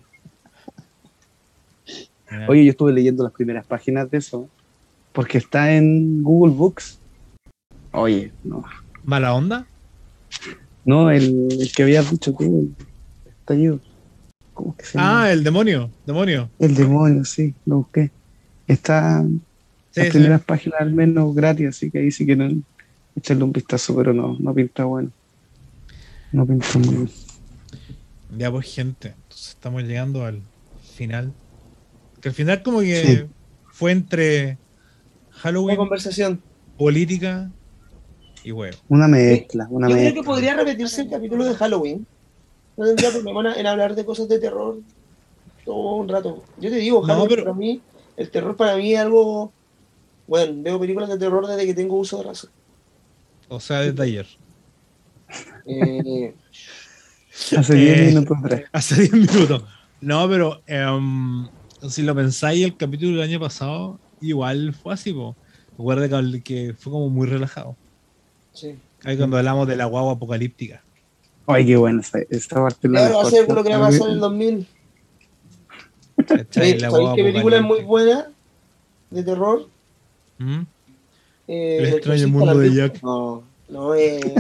Mira. Oye, yo estuve leyendo las primeras páginas de eso, porque está en Google Books. Oye, no. ¿Mala onda? No, el que habías dicho tú, el estallido. ¿Cómo es que se llama? Ah, el demonio, demonio. El demonio, sí, lo busqué. Está las Sí, sí. primeras páginas al menos gratis, así que ahí sí quieren echarle un vistazo, pero no, no pinta bueno. No pinta muy bien. Ya pues gente, entonces estamos llegando al final. Que al final como Sí, que fue entre Una Halloween, conversación. política y huevo. una Yo creo que mezcla. podría repetirse el capítulo de Halloween. No tendría problema en hablar de cosas de terror todo un rato. Yo te digo, No, Halloween pero, para mí, el terror para mí es algo. Bueno, veo películas de terror desde que tengo uso de razón. o sea, desde ayer. Eh, Hace 10 Eh, minutos atrás. hace 10 minutos. No, pero si lo pensáis, el capítulo del año pasado igual fue así, po. Recuerda que fue como muy relajado. sí. Ahí cuando hablamos de la guagua apocalíptica. Ay, qué bueno, esa parte es Y la ahora va a mejor. ser lo que va a pasar en el 2000. ¿Cachai? La ¿Sabéis guagua qué película es muy apocalíptica. buena de terror? ¿Mm? El El extraño exorcista, la mundo de película. Jack. No, no,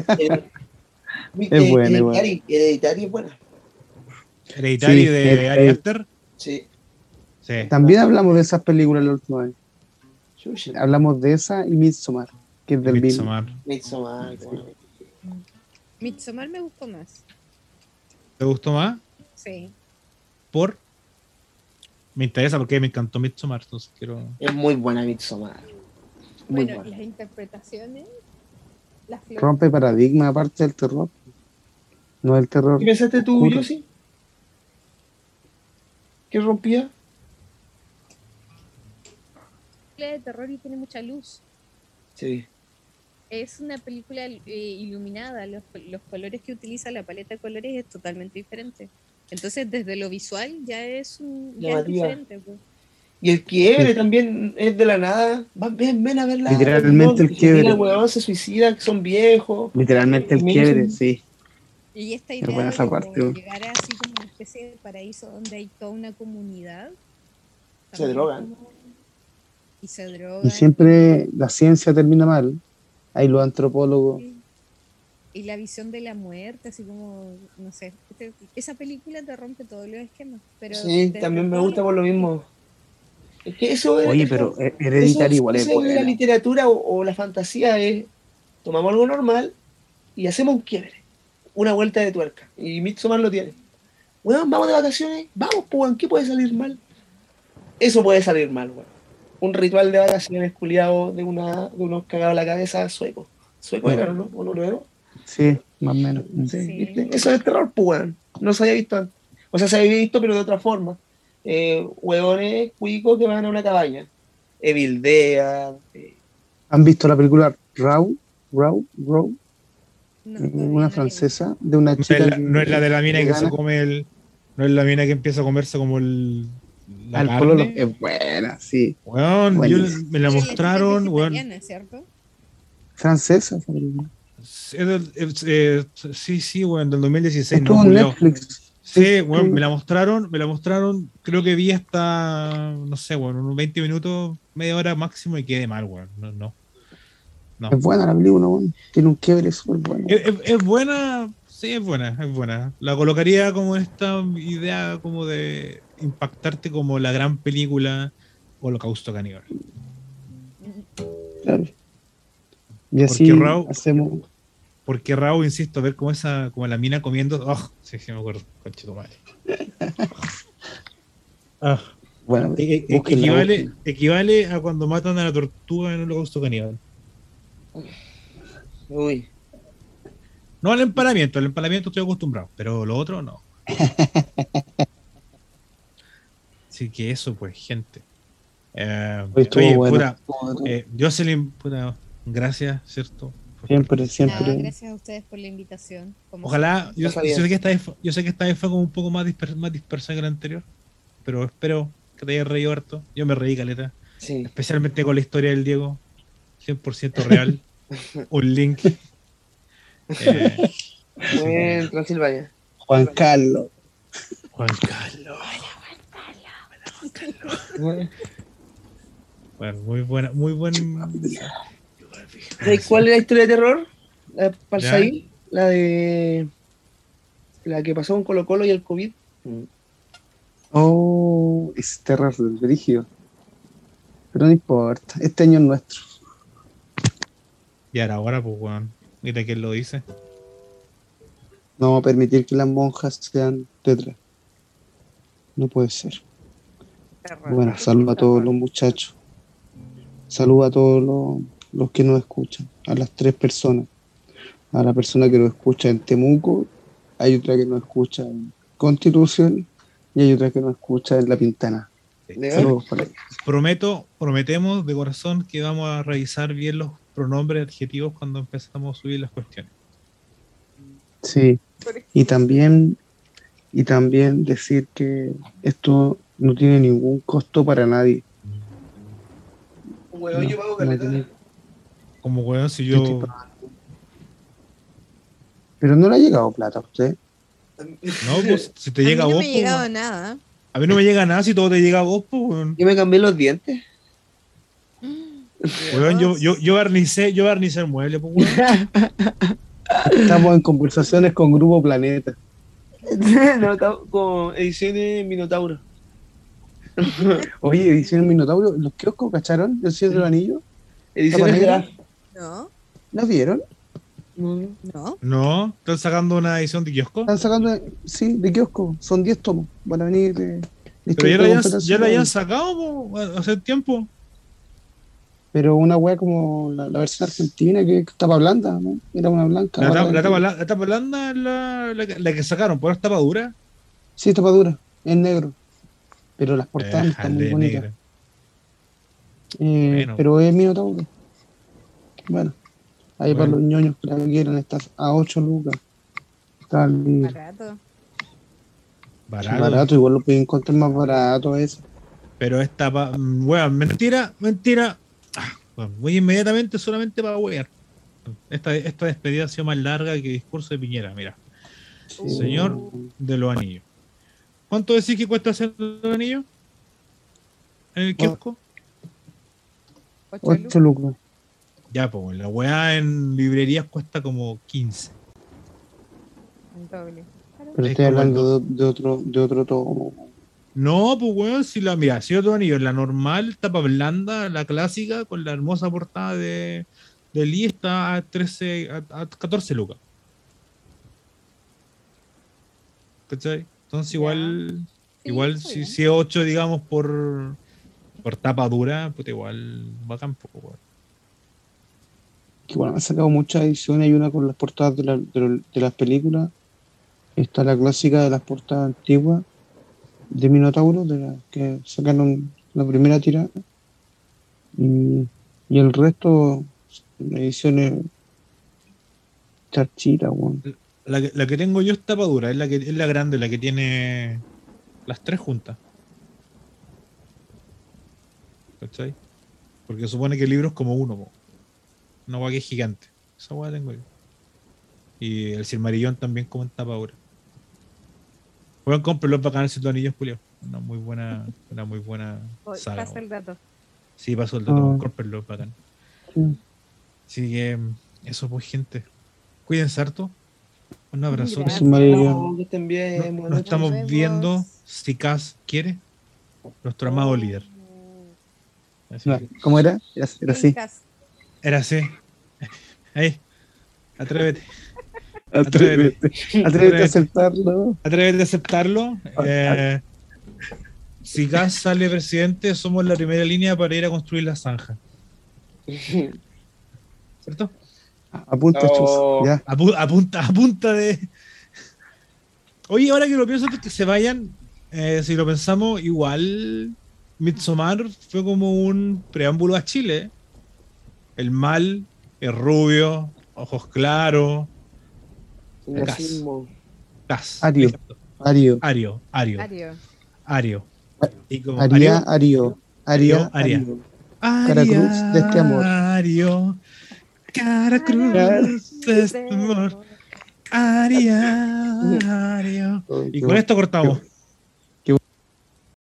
Es buena igual. Hereditary es buena. Hereditary Sí, de Ari Aster. Sí. Sí. también hablamos de esas películas la última vez. Xuxa. Hablamos de esa y Midsommar, que es Y del mismo. Midsommar. Midsommar, bueno. Midsommar me gustó más. ¿Te gustó más? Sí. Por. Me interesa porque me encantó Midsommar. Entonces quiero. Es muy buena Midsommar. Muy Bueno, buena. las interpretaciones, las flores. Rompe paradigma aparte del terror. No el terror ¿Qué pensaste tú, oscuro. Yossi? ¿Qué rompía? de terror y tiene mucha luz. Sí. es una película iluminada, los colores que utiliza, la paleta de colores es totalmente diferente. Entonces, desde lo visual ya es, ya es Llamativa. diferente. Pues. Y el quiebre también es de la nada. Ven a verla. Literalmente el Se tira quiebre. el huevón, se suicida, que son viejos. Literalmente el Me quiebre, hizo- sí. Y esta Es idea buena de esa como parte. llegar a así como una especie de paraíso donde hay toda una comunidad. Se también drogan. y se drogan. Y siempre la ciencia termina mal. Hay los antropólogos. Y la visión de la muerte, así como, no sé. Esa película te rompe todos los esquemas. Pero Sí, desde también me todos gusta los por lo puntos. mismo. Es que eso es. Oye, pero Hereditary igual es Eso es la buena. literatura o la fantasía es. Tomamos algo normal y hacemos un quiebre. Una vuelta de tuerca. Y Midsommar lo tiene. Weón, vamos de vacaciones. Vamos, pues, weón, ¿qué puede salir mal? Eso puede salir mal, weón. Un ritual de vacaciones culiado de unos cagados a la cabeza suecos. Sueco era, ¿no? ¿O noruego? Sí, más o menos. Sí, Sí. ¿viste? Eso es terror, pues, weón. No se había visto antes. O sea, se había visto, pero de otra forma. Hueones cuicos que van a una cabaña. Evil Dead. ¿Han visto la película Raw? No, Una todavía no la he francesa de una No es chica la, no es la de la mina que se vegana. come el. No es la mina que empieza a comerse como la Al pololo. carne. Es buena, sí. Weón, Buenísimo. me la Pero la chica es mostraron, weón. vegetariana, ¿cierto? Francesa esa película. Sí, weón, del 2016, Estuvo no, en culiao. Netflix. Sí, weón, me la mostraron, creo que vi hasta, no sé, weón, unos 20 minutos, media hora máximo y quedé mal, weón. No. Es buena la película, bueno. Tiene un quiebre súper bueno. Es buena, sí, es buena. La colocaría como en esta idea como de impactarte como la gran película Holocausto Caníbal. Claro. Y así Porque Raw, hacemos. porque Raúl, insisto, ver como la mina comiendo. Oh, sí, me acuerdo, conchito madre. Ah, Bueno, búsquenla, búsquenla. equivale a cuando matan a la tortuga en Holocausto Caníbal. Uy. No al empalamiento estoy acostumbrado, pero lo otro no. Así que eso, pues, gente. Hoy estuvo Oye, bueno. puta, Jocelyn, puta, gracias, ¿cierto? Siempre, Nada, siempre. gracias a ustedes por la invitación. como Ojalá, siempre. yo sabía. sé que esta vez fue como un poco más dispersa que la anterior, pero espero que te hayas reído harto. Yo me reí, caleta, Sí. especialmente con la historia del Diego, 100% real, un link. En Transilvania. Juan Carlos. Juan Carlos. Bueno, muy buen. ¿Sabes cuál es la historia de terror? La Palsaí, ¿Ya? la que pasó con Colo Colo y el COVID. Oh, es terror del brígido. Pero no importa. Este año es nuestro. Y ahora, pues, weón. Mira quién lo dice. No vamos a permitir que las monjas sean tetras. No puede ser. Bueno, saludo a todos los muchachos. Saludo a todos los que nos escuchan. A las 3 personas. A la persona que nos escucha en Temuco. Hay otra que nos escucha en Constitución. Y hay otra que nos escucha en La Pintana. Saludos para ellos. Prometemos de corazón que vamos a revisar bien los pronombres adjetivos cuando empezamos a subir las cuestiones. Sí. Y también decir que esto no tiene ningún costo para nadie. Weón, yo pago No caleta. tiene- Como weón, si Yo estoy yo. Pero no le ha llegado plata a usted. No, pues si te A mí llega a no vos, me ha pues, llegado weón. nada. A mí no me llega nada si todo te llega a vos, pues, weón. Yo me cambié los dientes. Weón, yo barnicé el mueble, pues, weón. Estamos en conversaciones con Grupo Planeta. No, con ediciones Minotauro. Oye, edición Minotauro, los kioscos, ¿cacharon? El Señor del Anillo. Ediciones de negra? No, ¿Las vieron? no. No, están sacando una edición de kiosco. Están sacando, sí, de kiosco. Son 10 tomos. Van a venir de Pero ya historia la completa. habían sacado, po, hace tiempo. Pero una wea como la versión argentina, que tapa blanda, ¿no? Era una blanca. ahora La tapa blanda es la que sacaron, por esta tapa dura. Sí, tapa dura, en negro. Pero las portadas no están muy Déjale, bonitas. negra. Bueno. Pero es Minotauro. Bueno, Ahí para Bueno. los ñoños que la quieran, está a 8 lucas. Está libre. Barato. Barato. Barato, igual lo pueden encontrar más barato eso. Pero esta, weón, mentira. Bueno, voy inmediatamente solamente para wear. Esta despedida ha sido más larga que el discurso de Piñera, mira. Señor de los anillos. ¿Cuánto decís que cuesta hacer los anillos? ¿En el kiosco? 8 lucas. Ya, pues, la weá en librerías cuesta como 15. El doble. Pero Es estoy como hablando de otro tomo. No, pues weón, mira, si otro anillo, la normal, tapa blanda, la clásica, con la hermosa portada de Lee está a 13, a 14 lucas. ¿Cachai? Entonces Ya. igual, Sí, igual está si, bien. si es 8, digamos, por tapa dura, pues igual bacán, pues, weón. Que bueno, han sacado muchas ediciones. Hay una con las portadas de las películas. Está la clásica de las portadas antiguas de Minotauro, de las que sacaron la primera tirada. Y el resto, ediciones charchitas, weón. La que tengo yo es tapa dura, es la grande, la que tiene las 3 juntas. ¿Cachai? Porque supone que el libro es como uno, po. Una weá que es gigante. Esa weá tengo yo. Y el Silmarillón también como en tapa dura. Pueden comprarlo para ganar los anillos, Julio. Una muy buena saga. Pasa el dato. Sí, pasó el dato, Ah. cómprenlo, bacán. Sí. Así que eso pues, gente. Cuídense harto. Un abrazo. Gracias. Silmarillón. Que estén bien, Nos buenas noches. estamos vemos. viendo si Cas quiere. Nuestro amado líder. Así No, que, ¿cómo era? Era así. Cas. era así. Ahí. Atrévete. Atrévete a aceptarlo. Atrévete a aceptarlo. Si Gas sale presidente, somos la primera línea para ir a construir la zanja. ¿Cierto? Apunta, Oh. chus. Ya. A punta de. Oye, ahora que lo pienso antes que se vayan, si lo pensamos, igual Midsommar fue como un preámbulo a Chile. El mal es rubio, ojos claros, Racismo. Gas. Ario. Ario. Ario. Y como Aria, Ario. Aria. Ario. Cara cruz de este amor. Ario. Cara cruz de este amor. Ario. Y con esto cortamos.